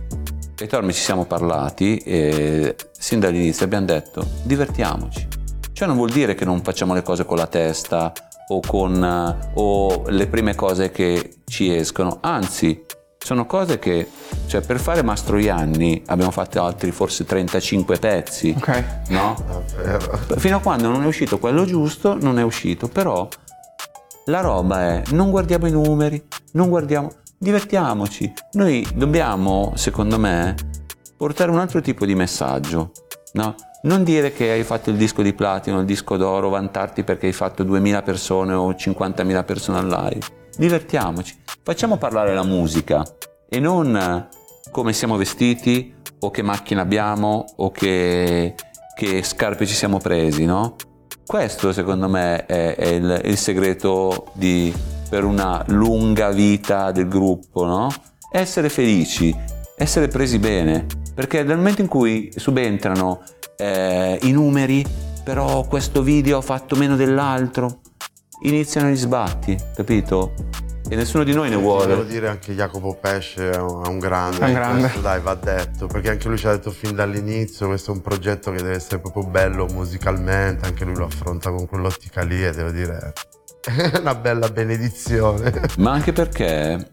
e Tormi ci siamo parlati e sin dall'inizio abbiamo detto divertiamoci. Cioè non vuol dire che non facciamo le cose con la testa o con o le prime cose che ci escono, anzi sono cose che, cioè per fare Mastroianni abbiamo fatto altri forse trentacinque pezzi, Ok. no? Davvero. Fino a quando non è uscito quello giusto, non è uscito, però la roba è non guardiamo i numeri, non guardiamo, divertiamoci. Noi dobbiamo, secondo me, portare un altro tipo di messaggio, no? Non dire che hai fatto il disco di platino, il disco d'oro, vantarti perché hai fatto duemila persone o cinquantamila persone al live. Divertiamoci, facciamo parlare la musica e non come siamo vestiti o che macchina abbiamo o che, che scarpe ci siamo presi, no? Questo secondo me è, è il, il segreto di, per una lunga vita del gruppo, no? Essere felici, essere presi bene, perché dal momento in cui subentrano eh, i numeri, però questo video ha fatto meno dell'altro, iniziano gli sbatti, capito? E nessuno di noi ne vuole. Devo dire anche Jacopo Pesce è un, è un grande, È un grande. Questo, dai, va detto, perché anche lui ci ha detto fin dall'inizio questo è un progetto che deve essere proprio bello musicalmente, anche lui lo affronta con quell'ottica lì e devo dire è una bella benedizione. Ma anche perché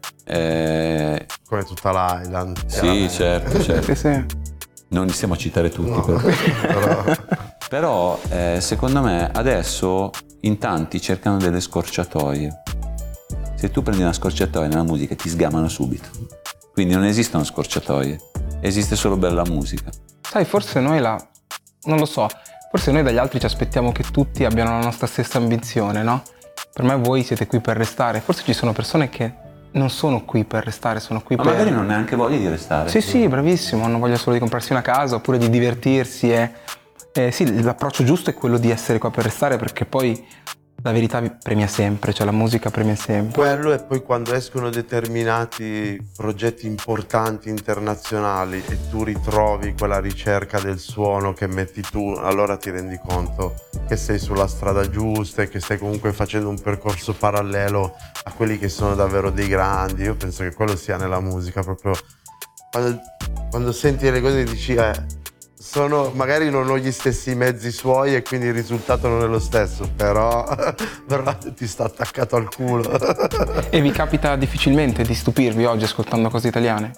eh, Come tutta l'Island. sì, certo, certo. Sì, sì. Non iniziamo a citare tutti, No, però. però Però eh, secondo me adesso in tanti cercano delle scorciatoie. Se tu prendi una scorciatoia nella musica ti sgamano subito. Quindi non esistono scorciatoie, esiste solo bella musica. Sai, forse noi la... non lo so, forse noi dagli altri ci aspettiamo che tutti abbiano la nostra stessa ambizione, no? Per me voi siete qui per restare, forse ci sono persone che non sono qui per restare, sono qui Ma per... magari non hai neanche voglia di restare. Sì, sì, bravissimo, hanno voglia solo di comprarsi una casa oppure di divertirsi e... Eh, sì, l'approccio giusto è quello di essere qua per restare perché poi la verità premia sempre, cioè la musica premia sempre. quello e poi quando escono determinati progetti importanti internazionali e tu ritrovi quella ricerca del suono che metti tu, allora ti rendi conto che sei sulla strada giusta e che stai comunque facendo un percorso parallelo a quelli che sono davvero dei grandi. Io penso che quello sia nella musica, proprio quando, quando senti le cose dici eh sono, magari non ho gli stessi mezzi suoi e quindi il risultato non è lo stesso, però, però ti sta attaccato al culo. E vi capita difficilmente di stupirvi oggi ascoltando cose italiane?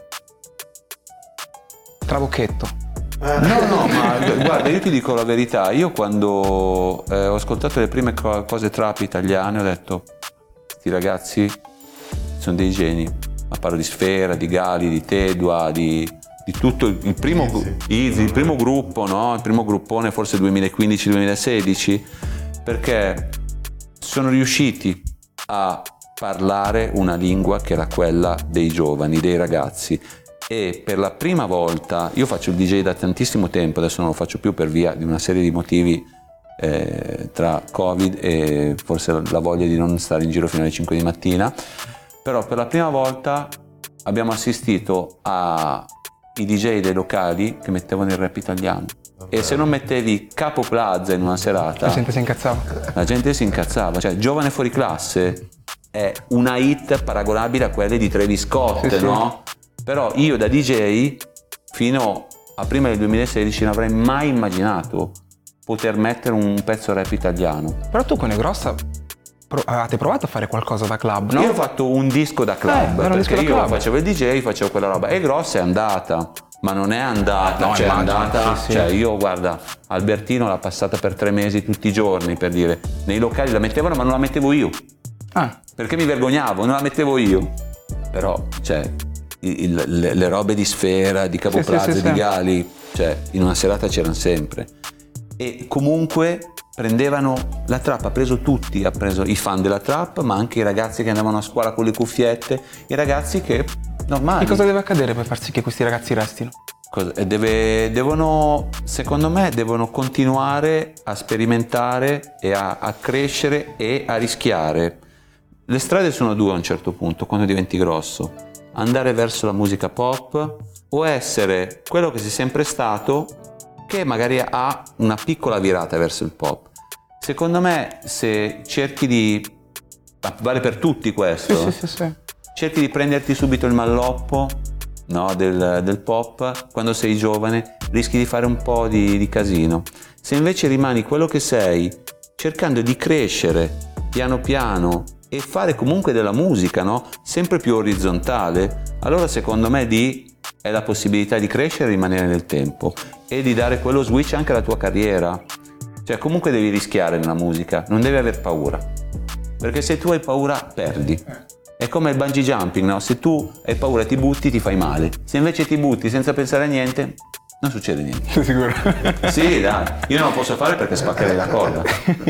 Trabocchetto. No, no, ma guarda, io ti dico la verità, io quando eh, ho ascoltato le prime co- cose trap italiane ho detto, questi ragazzi sono dei geni, ma parlo di Sfera, di Gali, di Tedua, di... di tutto il, il primo Easy. Easy, il primo gruppo, no? Il primo gruppone forse duemilaquindici duemilasedici, perché sono riusciti a parlare una lingua che era quella dei giovani, dei ragazzi, e per la prima volta, io faccio il D J da tantissimo tempo, adesso non lo faccio più per via di una serie di motivi eh, tra Covid e forse la voglia di non stare in giro fino alle cinque di mattina, però per la prima volta abbiamo assistito a i D J dei locali che mettevano il rap italiano. Okay. E se non mettevi Capo Plaza in una serata, La gente si incazzava. la gente si incazzava. Cioè, Giovane Fuori Classe è una hit paragonabile a quelle di Travis Scott, Sì, sì. no? Però io da D J fino a prima del duemilasedici non avrei mai immaginato poter mettere un pezzo rap italiano. Però tu con Negrossa pro- avevate provato a fare qualcosa da club, no? Io ho fatto un disco da club, Eh, era un perché disco da io club. facevo il D J, facevo quella roba, e Grossa è andata, ma non è andata, No, cioè è immagino, andata, sì, sì. cioè io guarda, Albertino l'ha passata per tre mesi tutti i giorni, per dire, nei locali la mettevano ma non la mettevo io, Ah, perché mi vergognavo, non la mettevo io, però cioè il- il- le, le robe di Sfera, di Capo Sì, sì, Plaza, sì, di sì. Gali, cioè in una serata c'erano sempre, e comunque prendevano la trap, ha preso tutti, ha preso i fan della trap, ma anche i ragazzi che andavano a scuola con le cuffiette, i ragazzi che normali. e cosa deve accadere per far sì che questi ragazzi restino? Cosa- e deve- devono, secondo me, devono continuare a sperimentare e a, a crescere e a rischiare. Le strade sono due a un certo punto, quando diventi grosso: andare verso la musica pop o essere quello che sei sempre stato, che magari ha una piccola virata verso il pop. Secondo me, se cerchi di, ma vale per tutti questo, Sì, sì, sì, sì. cerchi di prenderti subito il malloppo, no, del, del pop, quando sei giovane rischi di fare un po' di, di casino. Se invece rimani quello che sei, cercando di crescere piano piano e fare comunque della musica, no, sempre più orizzontale, allora secondo me lì è la possibilità di crescere e rimanere nel tempo e di dare quello switch anche alla tua carriera. Cioè comunque devi rischiare nella musica, non devi aver paura, perché se tu hai paura perdi. È come il bungee jumping, no? Se tu hai paura e ti butti, ti fai male. Se invece ti butti senza pensare a niente, non succede niente. Sei sicuro? Sì, dai, io non lo posso fare perché spaccherei la corda.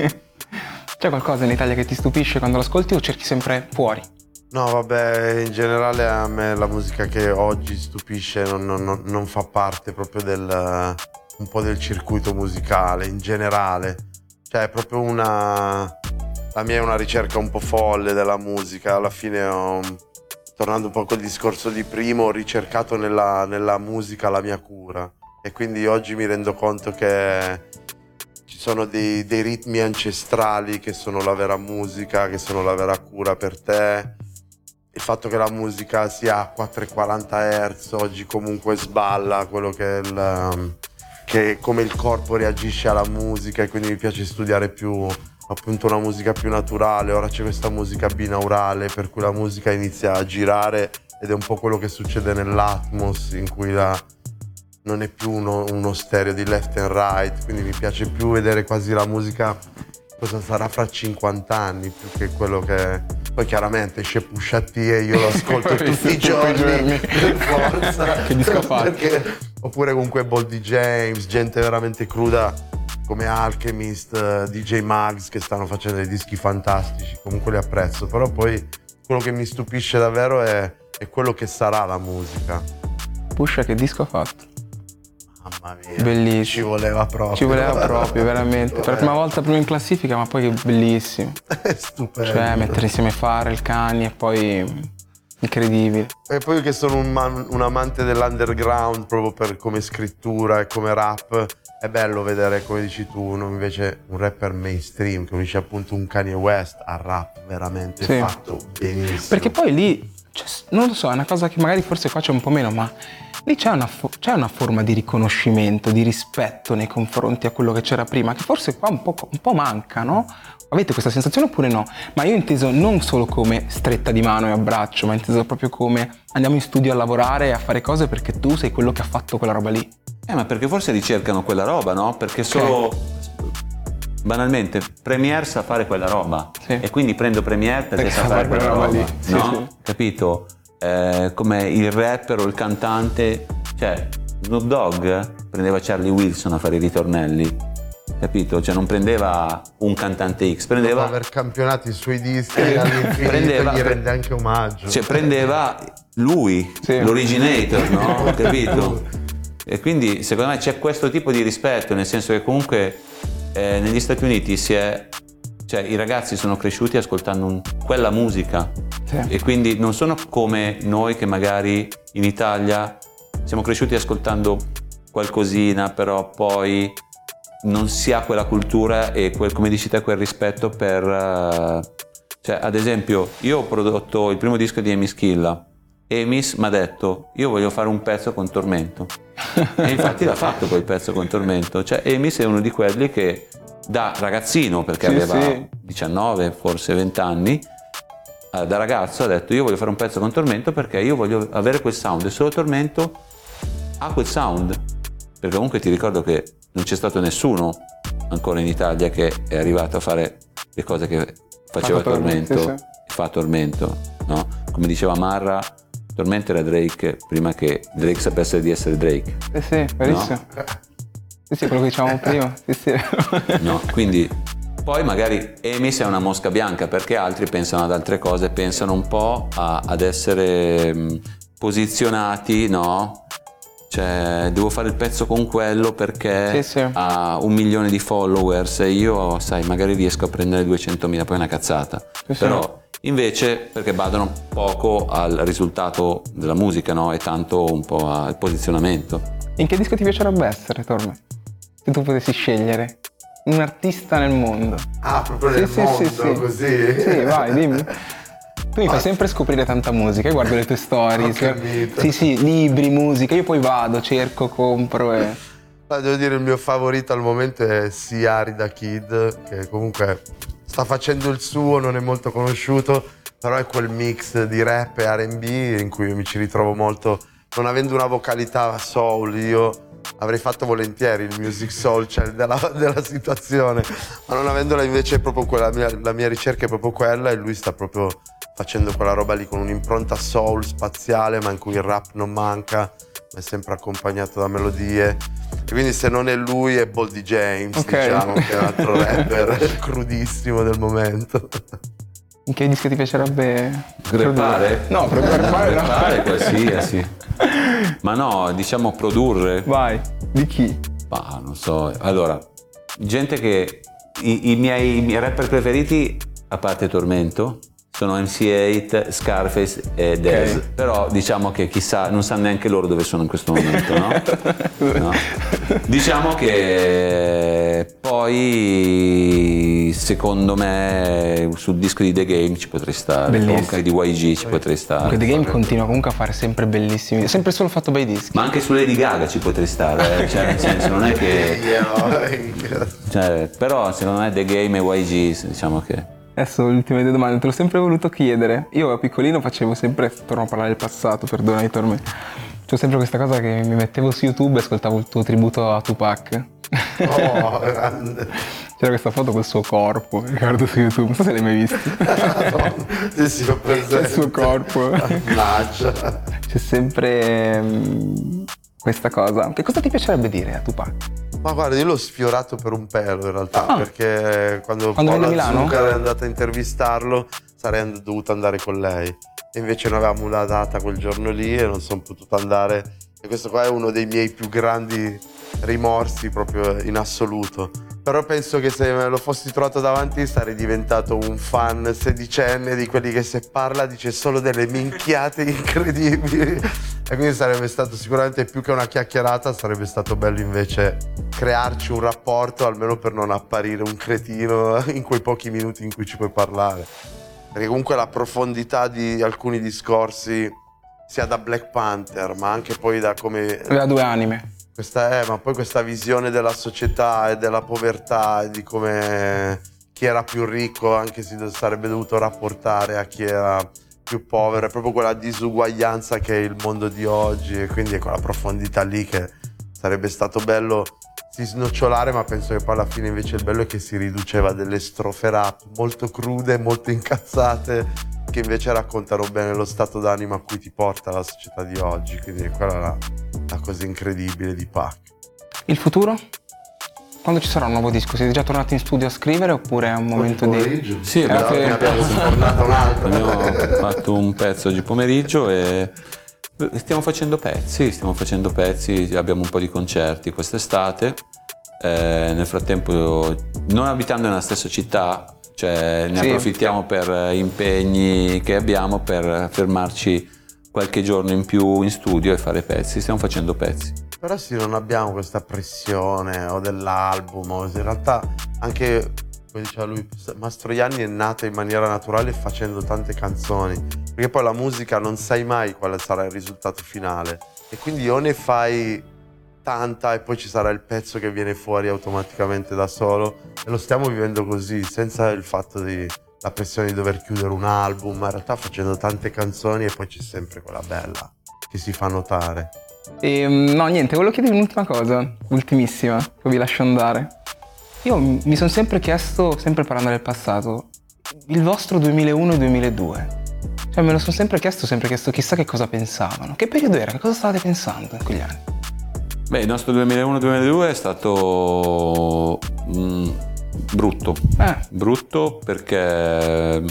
C'è qualcosa in Italia che ti stupisce quando lo ascolti o cerchi sempre fuori? No, vabbè, in generale a me la musica che oggi stupisce non, non- non fa parte proprio del un po' del circuito musicale, in generale. Cioè è proprio una... La mia è una ricerca un po' folle della musica. Alla fine ho, tornando un po' col discorso di prima, ho ricercato nella, nella musica la mia cura. E quindi oggi mi rendo conto che ci sono dei, dei ritmi ancestrali che sono la vera musica, che sono la vera cura per te. Il fatto che la musica sia a quattrocentoquaranta hertz oggi comunque sballa quello che è il, che come il corpo reagisce alla musica, e quindi mi piace studiare più appunto una musica più naturale. Ora c'è questa musica binaurale per cui la musica inizia a girare ed è un po' quello che succede nell'Atmos, in cui la, non è più uno, uno stereo di left and right, quindi mi piace più vedere quasi la musica cosa sarà fra cinquanta anni più che quello che... Poi chiaramente esce Pusha T e io lo ascolto tutti i giorni per forza. Che disco ha fatto? Perché... Oppure comunque Boldy James, gente veramente cruda come Alchemist, D J Mags, che stanno facendo dei dischi fantastici, comunque li apprezzo. Però poi quello che mi stupisce davvero è, è quello che sarà la musica. Pusha che disco ha fatto? Mamma mia, Bellissimo. ci voleva proprio. Ci voleva proprio, veramente. Per la prima volta prima in classifica, ma poi che bellissimo. È stupendo. Cioè, mettere insieme Pharrell, Kanye e poi... incredibile. E poi io che sono un, man- un amante dell'underground proprio per come scrittura e come rap, è bello vedere, come dici tu, uno invece un rapper mainstream, come dice appunto un Kanye West, a rap veramente Sì. fatto benissimo. Perché poi lì, cioè, non lo so, è una cosa che magari forse qua c'è un po' meno, ma lì c'è una, fo- c'è una forma di riconoscimento, di rispetto nei confronti a quello che c'era prima, che forse qua un po', un po' manca, no? Avete questa sensazione oppure no? Ma io ho inteso non solo come stretta di mano e abbraccio, ma inteso proprio come andiamo in studio a lavorare e a fare cose perché tu sei quello che ha fatto quella roba lì. Eh, ma perché forse ricercano quella roba, no? Perché solo, banalmente, Premiere sa fare quella roba. Sì. E quindi prendo Premiere perché, Perché sa fare quella roba, lì. Sì, no? sì. Capito? Eh, come il rapper o il cantante, cioè Snoop Dogg prendeva Charlie Wilson a fare i ritornelli, capito? Cioè non prendeva un cantante X, prendeva... Dopo aver campionato i suoi dischi all'infinito Prendeva- gli rende anche omaggio. Cioè prendeva lui, Sì. l'originator, no? Capito? E quindi secondo me c'è questo tipo di rispetto, nel senso che comunque eh, negli Stati Uniti si è, cioè i ragazzi sono cresciuti ascoltando un- quella musica. Sì. E quindi non sono come noi che magari in Italia siamo cresciuti ascoltando qualcosina, però poi non si ha quella cultura e quel, come dici te, quel rispetto per... eh, cioè, ad esempio, io ho prodotto il primo disco di Amy Schilla e Emis mi ha detto: io voglio fare un pezzo con Tormento. E infatti l'ha fatto quel pezzo con Tormento. Cioè Emis è uno di quelli che da ragazzino, perché Sì, aveva sì. diciannove, forse venti anni, eh, da ragazzo ha detto io voglio fare un pezzo con Tormento perché io voglio avere quel sound, e solo Tormento ha quel sound. Perché comunque ti ricordo che non c'è stato nessuno ancora in Italia che è arrivato a fare le cose che faceva Fatto Tormento, Tormento, sì, e fa Tormento, no? Come diceva Marra, Tormento era Drake prima che Drake sapesse di essere Drake. Sì, sì, verissimo. Sì, sì, quello che dicevamo prima. Sì, sì. No, quindi poi magari Emis è una mosca bianca perché altri pensano ad altre cose, pensano un po' a, ad essere mh, posizionati, no? Cioè devo fare il pezzo con quello perché Sì, sì. ha un milione di followers e io, sai, magari riesco a prendere duecentomila, poi è una cazzata. Sì, sì. Però invece perché badano poco al risultato della musica, no? E tanto un po' al posizionamento. In che disco ti piacerebbe essere, Torme? Se tu potessi scegliere un artista nel mondo. Ah, proprio Sì, nel sì, mondo, sì, sì. così? Sì, vai, dimmi. Tu mi fai sempre scoprire tanta musica, io guardo le tue storie. Ho capito. Sì, sì, libri, musica, io poi vado, cerco, compro e... Ma devo dire il mio favorito al momento è Siari da Kid, che comunque sta facendo il suo, non è molto conosciuto, però è quel mix di rap e R and B in cui io mi ci ritrovo molto. Non avendo una vocalità soul, io avrei fatto volentieri il music soul, cioè della, della situazione, ma non avendola invece è proprio quella, mia, la mia ricerca è proprio quella, e lui sta proprio facendo quella roba lì con un'impronta soul spaziale, ma in cui il rap non manca, ma è sempre accompagnato da melodie. E quindi se non è lui è Boldy James, Ok. diciamo, che è un altro rapper crudissimo del momento. In che disco ti piacerebbe... Grappare? No, per grappare no. Grappare qualsiasi. Ma no, diciamo produrre. Vai, di chi? Ma non so. Allora, gente che i, i miei, i miei rapper preferiti, a parte Tormento, sono M C otto, Scarface e Dez. Ok. Però diciamo che chissà, non sanno neanche loro dove sono in questo momento, no? No. Diciamo che poi secondo me sul disco di The Game ci potrei stare, Bellissimo. anche di Y G ci potrei stare. Perché The Game continua comunque a fare sempre bellissimi, sempre solo fatto bei dischi. Ma anche su Lady Gaga ci potrei stare, eh. Cioè nel senso non è che... Cioè, però secondo me The Game e Y G diciamo che... Adesso l'ultima due domande, te l'ho sempre voluto chiedere. Io da piccolino facevo sempre, torno a parlare del passato, perdonami Torme. C'ho sempre questa cosa che mi mettevo su YouTube e ascoltavo il tuo tributo a Tupac. Oh, grande. C'era questa foto col suo corpo, mi ricordo su YouTube, non so se l'hai mai visto. Sì, sì, ho presente. Il suo corpo. Mannaggia. C'è sempre mm, questa cosa. Che cosa ti piacerebbe dire a Tupac? Ma guarda, io l'ho sfiorato per un pelo in realtà, Ah. perché quando, Quando Paola venne a Milano? Zuccar è andata a intervistarlo sarei and- dovuto andare con lei. E invece noi avevamo una data quel giorno lì e non sono potuto andare. E questo qua è uno dei miei più grandi rimorsi proprio in assoluto. Però penso che se me lo fossi trovato davanti sarei diventato un fan sedicenne di quelli che se parla dice solo delle minchiate incredibili. E quindi sarebbe stato sicuramente più che una chiacchierata, sarebbe stato bello invece crearci un rapporto, almeno per non apparire un cretino in quei pochi minuti in cui ci puoi parlare. Perché comunque la profondità di alcuni discorsi, sia da Black Panther, ma anche poi da come... Aveva due anime. Questa è, ma poi questa visione della società e della povertà e di come chi era più ricco anche si sarebbe dovuto rapportare a chi era più povero, è proprio quella disuguaglianza che è il mondo di oggi, e quindi è quella profondità lì che sarebbe stato bello si snocciolare, ma penso che poi alla fine invece il bello è che si riduceva a delle strofe rap molto crude, molto incazzate, che invece raccontano bene lo stato d'animo a cui ti porta la società di oggi, quindi quella è la, la cosa incredibile di Pac. Il futuro? Quando ci sarà un nuovo disco? Siete già tornati in studio a scrivere oppure è un momento di... Sì, Era abbiamo, che- abbiamo sfornato un altro. abbiamo fatto un pezzo oggi pomeriggio e stiamo facendo pezzi, stiamo facendo pezzi, abbiamo un po' di concerti quest'estate. Eh, nel frattempo, non abitando nella stessa città, cioè ne Sì. approfittiamo per impegni che abbiamo per fermarci qualche giorno in più in studio e fare pezzi. Stiamo facendo pezzi. Però sì, non abbiamo questa pressione o dell'album, o in realtà anche, come diceva lui, Mastroianni è nato in maniera naturale facendo tante canzoni, perché poi la musica non sai mai quale sarà il risultato finale, e quindi o ne fai tanta e poi ci sarà il pezzo che viene fuori automaticamente da solo, e lo stiamo vivendo così, senza il fatto di la pressione di dover chiudere un album, ma in realtà facendo tante canzoni e poi c'è sempre quella bella che si fa notare. E, no, niente, volevo chiedervi un'ultima cosa, ultimissima, poi vi lascio andare. Io mi sono sempre chiesto, sempre parlando del passato, il vostro duemilauno duemiladue. Cioè me lo sono sempre chiesto, sempre chiesto chissà che cosa pensavano. Che periodo era? Che cosa stavate pensando in quegli anni? Beh, il nostro duemilauno duemiladue è stato mm, brutto. Eh. Brutto perché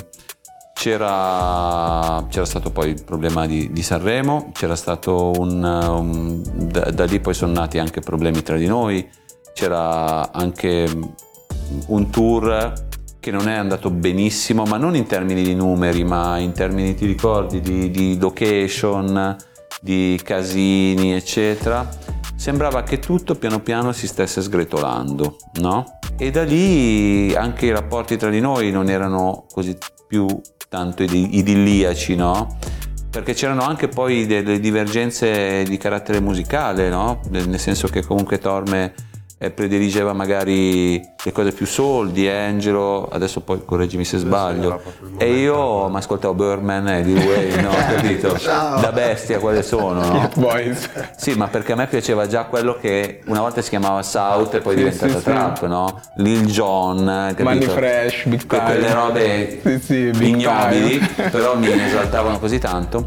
c'era, c'era stato poi il problema di, di Sanremo, c'era stato un, un da, da lì poi sono nati anche problemi tra di noi, c'era anche un tour che non è andato benissimo, ma non in termini di numeri, ma in termini, ti ricordi, di, di location, di casini, eccetera. Sembrava che tutto piano piano si stesse sgretolando, no? E da lì anche i rapporti tra di noi non erano così più tanto idilliaci, no? Perché c'erano anche poi delle divergenze di carattere musicale, no? Nel senso che comunque Torme prediligeva magari le cose più soul di Angelo, adesso poi correggimi se sbaglio, e io mi ascoltavo Birdman e Lil Wayne, no? Capito? Da bestia quelle sono, no? Boys. Sì, ma perché a me piaceva già quello che una volta si chiamava South e poi è sì, diventata sì, trap, sì. No? Lil Jon, capito? Money Fresh, Big Que- Time. quelle robe sì, sì, Big ignobili, Time. però mi esaltavano così tanto.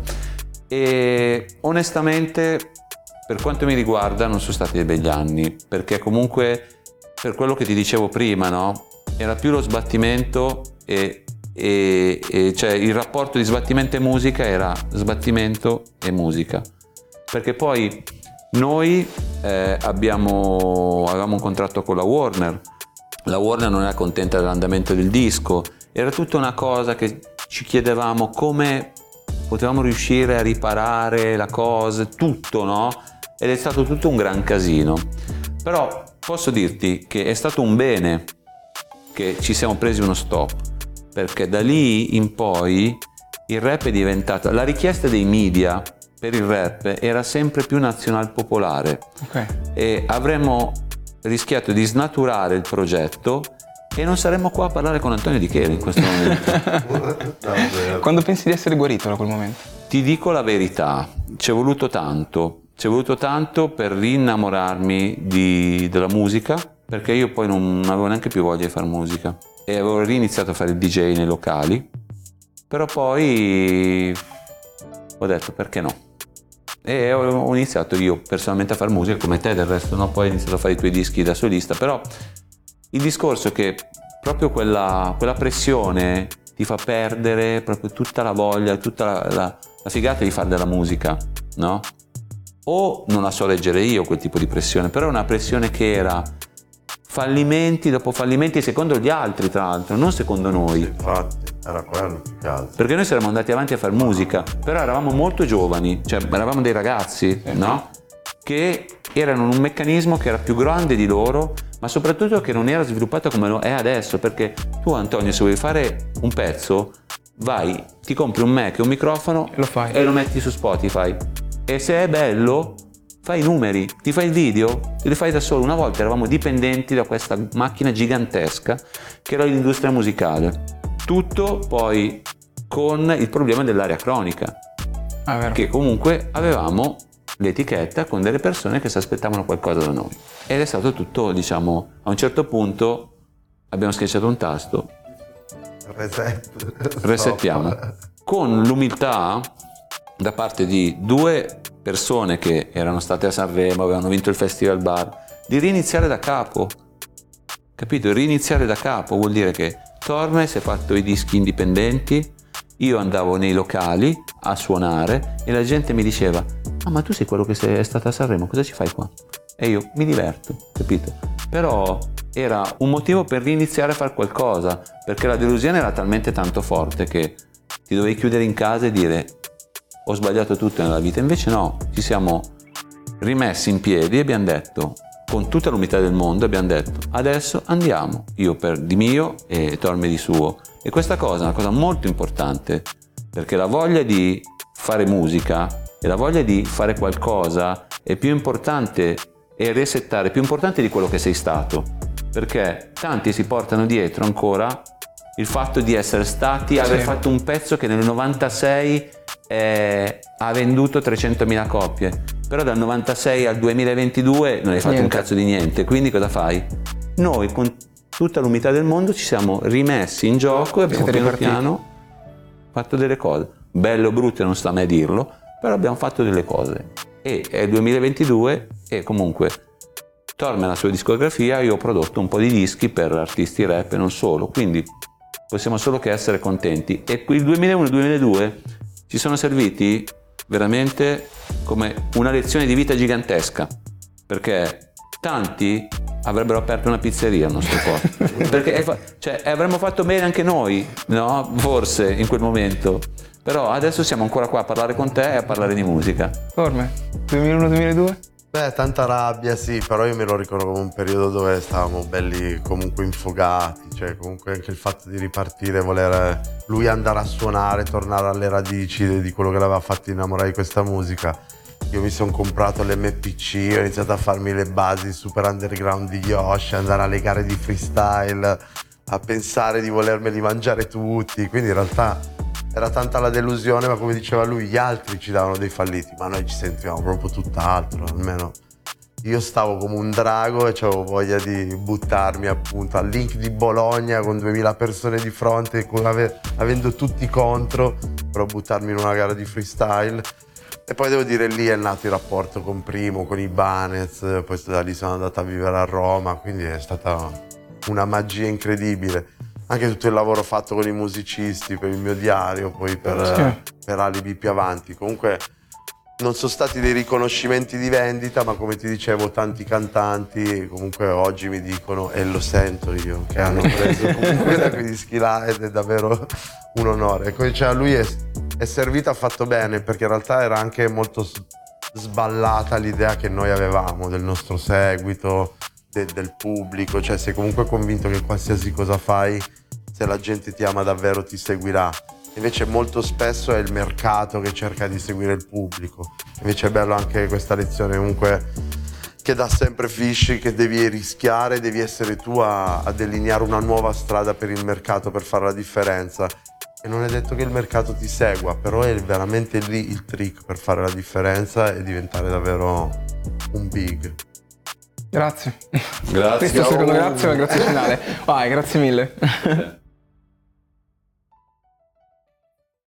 E onestamente, per quanto mi riguarda, non sono stati dei begli anni, perché comunque, per quello che ti dicevo prima, no? Era più lo sbattimento e, e, e cioè il rapporto di sbattimento e musica era sbattimento e musica, perché poi noi eh, abbiamo, avevamo un contratto con la Warner, la Warner non era contenta dell'andamento del disco, era tutta una cosa che ci chiedevamo come potevamo riuscire a riparare la cosa, tutto, no? Ed è stato tutto un gran casino. Però posso dirti che è stato un bene che ci siamo presi uno stop, perché da lì in poi il rap è diventato, la richiesta dei media per il rap era sempre più nazional popolare. Okay. E avremmo rischiato di snaturare il progetto e non saremmo qua a parlare con Antonio Di Cheli in questo momento. Quando pensi di essere guarito da quel momento? Ti dico la verità, ci è voluto tanto. Ci è voluto tanto per rinnamorarmi di, della musica, perché io poi non avevo neanche più voglia di fare musica e avevo riniziato a fare il D J nei locali, però poi ho detto perché no, e ho iniziato io personalmente a fare musica come te del resto, no? Poi ho iniziato a fare i tuoi dischi da solista, però il discorso è che proprio quella, quella pressione ti fa perdere proprio tutta la voglia, tutta la, la, la figata di fare della musica, no? O non la so reggere io quel tipo di pressione, però è una pressione che era fallimenti dopo fallimenti secondo gli altri, tra l'altro, non secondo noi. Sì, infatti, era quello più che altro. Perché noi saremmo andati avanti a fare musica, però eravamo molto giovani, cioè eravamo dei ragazzi, no? Che erano un meccanismo che era più grande di loro, ma soprattutto che non era sviluppato come lo è adesso, perché tu, Antonio, se vuoi fare un pezzo, vai, ti compri un Mac e un microfono e lo fai e lo metti su Spotify. E se è bello, fai i numeri, ti fai il video, li fai da solo. Una volta eravamo dipendenti da questa macchina gigantesca che era l'industria musicale. Tutto poi con il problema dell'area cronica, ah, vero. Che comunque avevamo l'etichetta con delle persone che si aspettavano qualcosa da noi. Ed è stato tutto, diciamo, a un certo punto abbiamo schiacciato un tasto, Reset. resettiamo, con l'umiltà da parte di due persone che erano state a Sanremo, avevano vinto il Festival Bar, di riniziare da capo, capito? Riniziare da capo vuol dire che Torme si è fatto i dischi indipendenti, io andavo nei locali a suonare e la gente mi diceva: ah, ma tu sei quello che sei stato a Sanremo, cosa ci fai qua? E io mi diverto, capito? Però era un motivo per riniziare a fare qualcosa, perché la delusione era talmente tanto forte che ti dovevi chiudere in casa e dire: ho sbagliato tutto nella vita. Invece no, ci siamo rimessi in piedi e abbiamo detto, con tutta l'umiltà del mondo, abbiamo detto: adesso andiamo, io per di mio e Torme di suo. E questa cosa è una cosa molto importante, perché la voglia di fare musica e la voglia di fare qualcosa è più importante e resettare, più importante di quello che sei stato, perché tanti si portano dietro ancora il fatto di essere stati, aver Sì. fatto un pezzo che nel novantasei eh, ha venduto trecentomila copie, però dal novantasei al duemilaventidue non hai fatto Niente. un cazzo di niente, quindi cosa fai? Noi con tutta l'umiltà del mondo ci siamo rimessi in gioco e abbiamo Siete piano ripartiti. piano fatto delle cose, bello o brutte non sta a me dirlo, però abbiamo fatto delle cose e è il duemilaventidue e comunque torna la sua discografia, io ho prodotto un po' di dischi per artisti rap e non solo, quindi possiamo solo che essere contenti. E il duemilauno e il duemiladue ci sono serviti veramente come una lezione di vita gigantesca, perché tanti avrebbero aperto una pizzeria al nostro posto, perché è fa- cioè, avremmo fatto bene anche noi, no? Forse in quel momento, però adesso siamo ancora qua a parlare con te e a parlare di musica. Orme, duemilauno duemiladue? Beh, tanta rabbia, sì, però io me lo ricordo come un periodo dove stavamo belli comunque infogati, cioè comunque anche il fatto di ripartire, voler lui andare a suonare, tornare alle radici di quello che l'aveva fatto innamorare di questa musica. Io mi sono comprato l'M P C, ho iniziato a farmi le basi super underground di Yoshi, andare alle gare di freestyle, a pensare di volermeli mangiare tutti, quindi in realtà era tanta la delusione, ma come diceva lui, gli altri ci davano dei falliti, ma noi ci sentivamo proprio tutt'altro, almeno io stavo come un drago e avevo voglia di buttarmi appunto al Link di Bologna con duemila persone di fronte, con ave- avendo tutti contro, però buttarmi in una gara di freestyle. E poi devo dire, lì è nato il rapporto con Primo, con i Banez, poi da lì sono andato a vivere a Roma, quindi è stata una magia incredibile. Anche tutto il lavoro fatto con i musicisti per il mio diario, poi per, Sì. per Alibi più avanti. Comunque non sono stati dei riconoscimenti di vendita, ma come ti dicevo tanti cantanti comunque oggi mi dicono, e lo sento io, che hanno preso comunque da quei dischi là, ed è davvero un onore. E come diceva lui, è, è servito, ha fatto bene, perché in realtà era anche molto s- sballata l'idea che noi avevamo del nostro seguito, de- del pubblico, cioè sei comunque convinto che qualsiasi cosa fai, se la gente ti ama davvero ti seguirà. Invece molto spesso è il mercato che cerca di seguire il pubblico. Invece è bello anche questa lezione comunque che dà sempre Fish, che devi rischiare, devi essere tu a, a delineare una nuova strada per il mercato per fare la differenza. E non è detto che il mercato ti segua, però è veramente lì il trick per fare la differenza e diventare davvero un big. Grazie. Grazie. Questo secondo grazie è una grazie finale. Vai, grazie mille.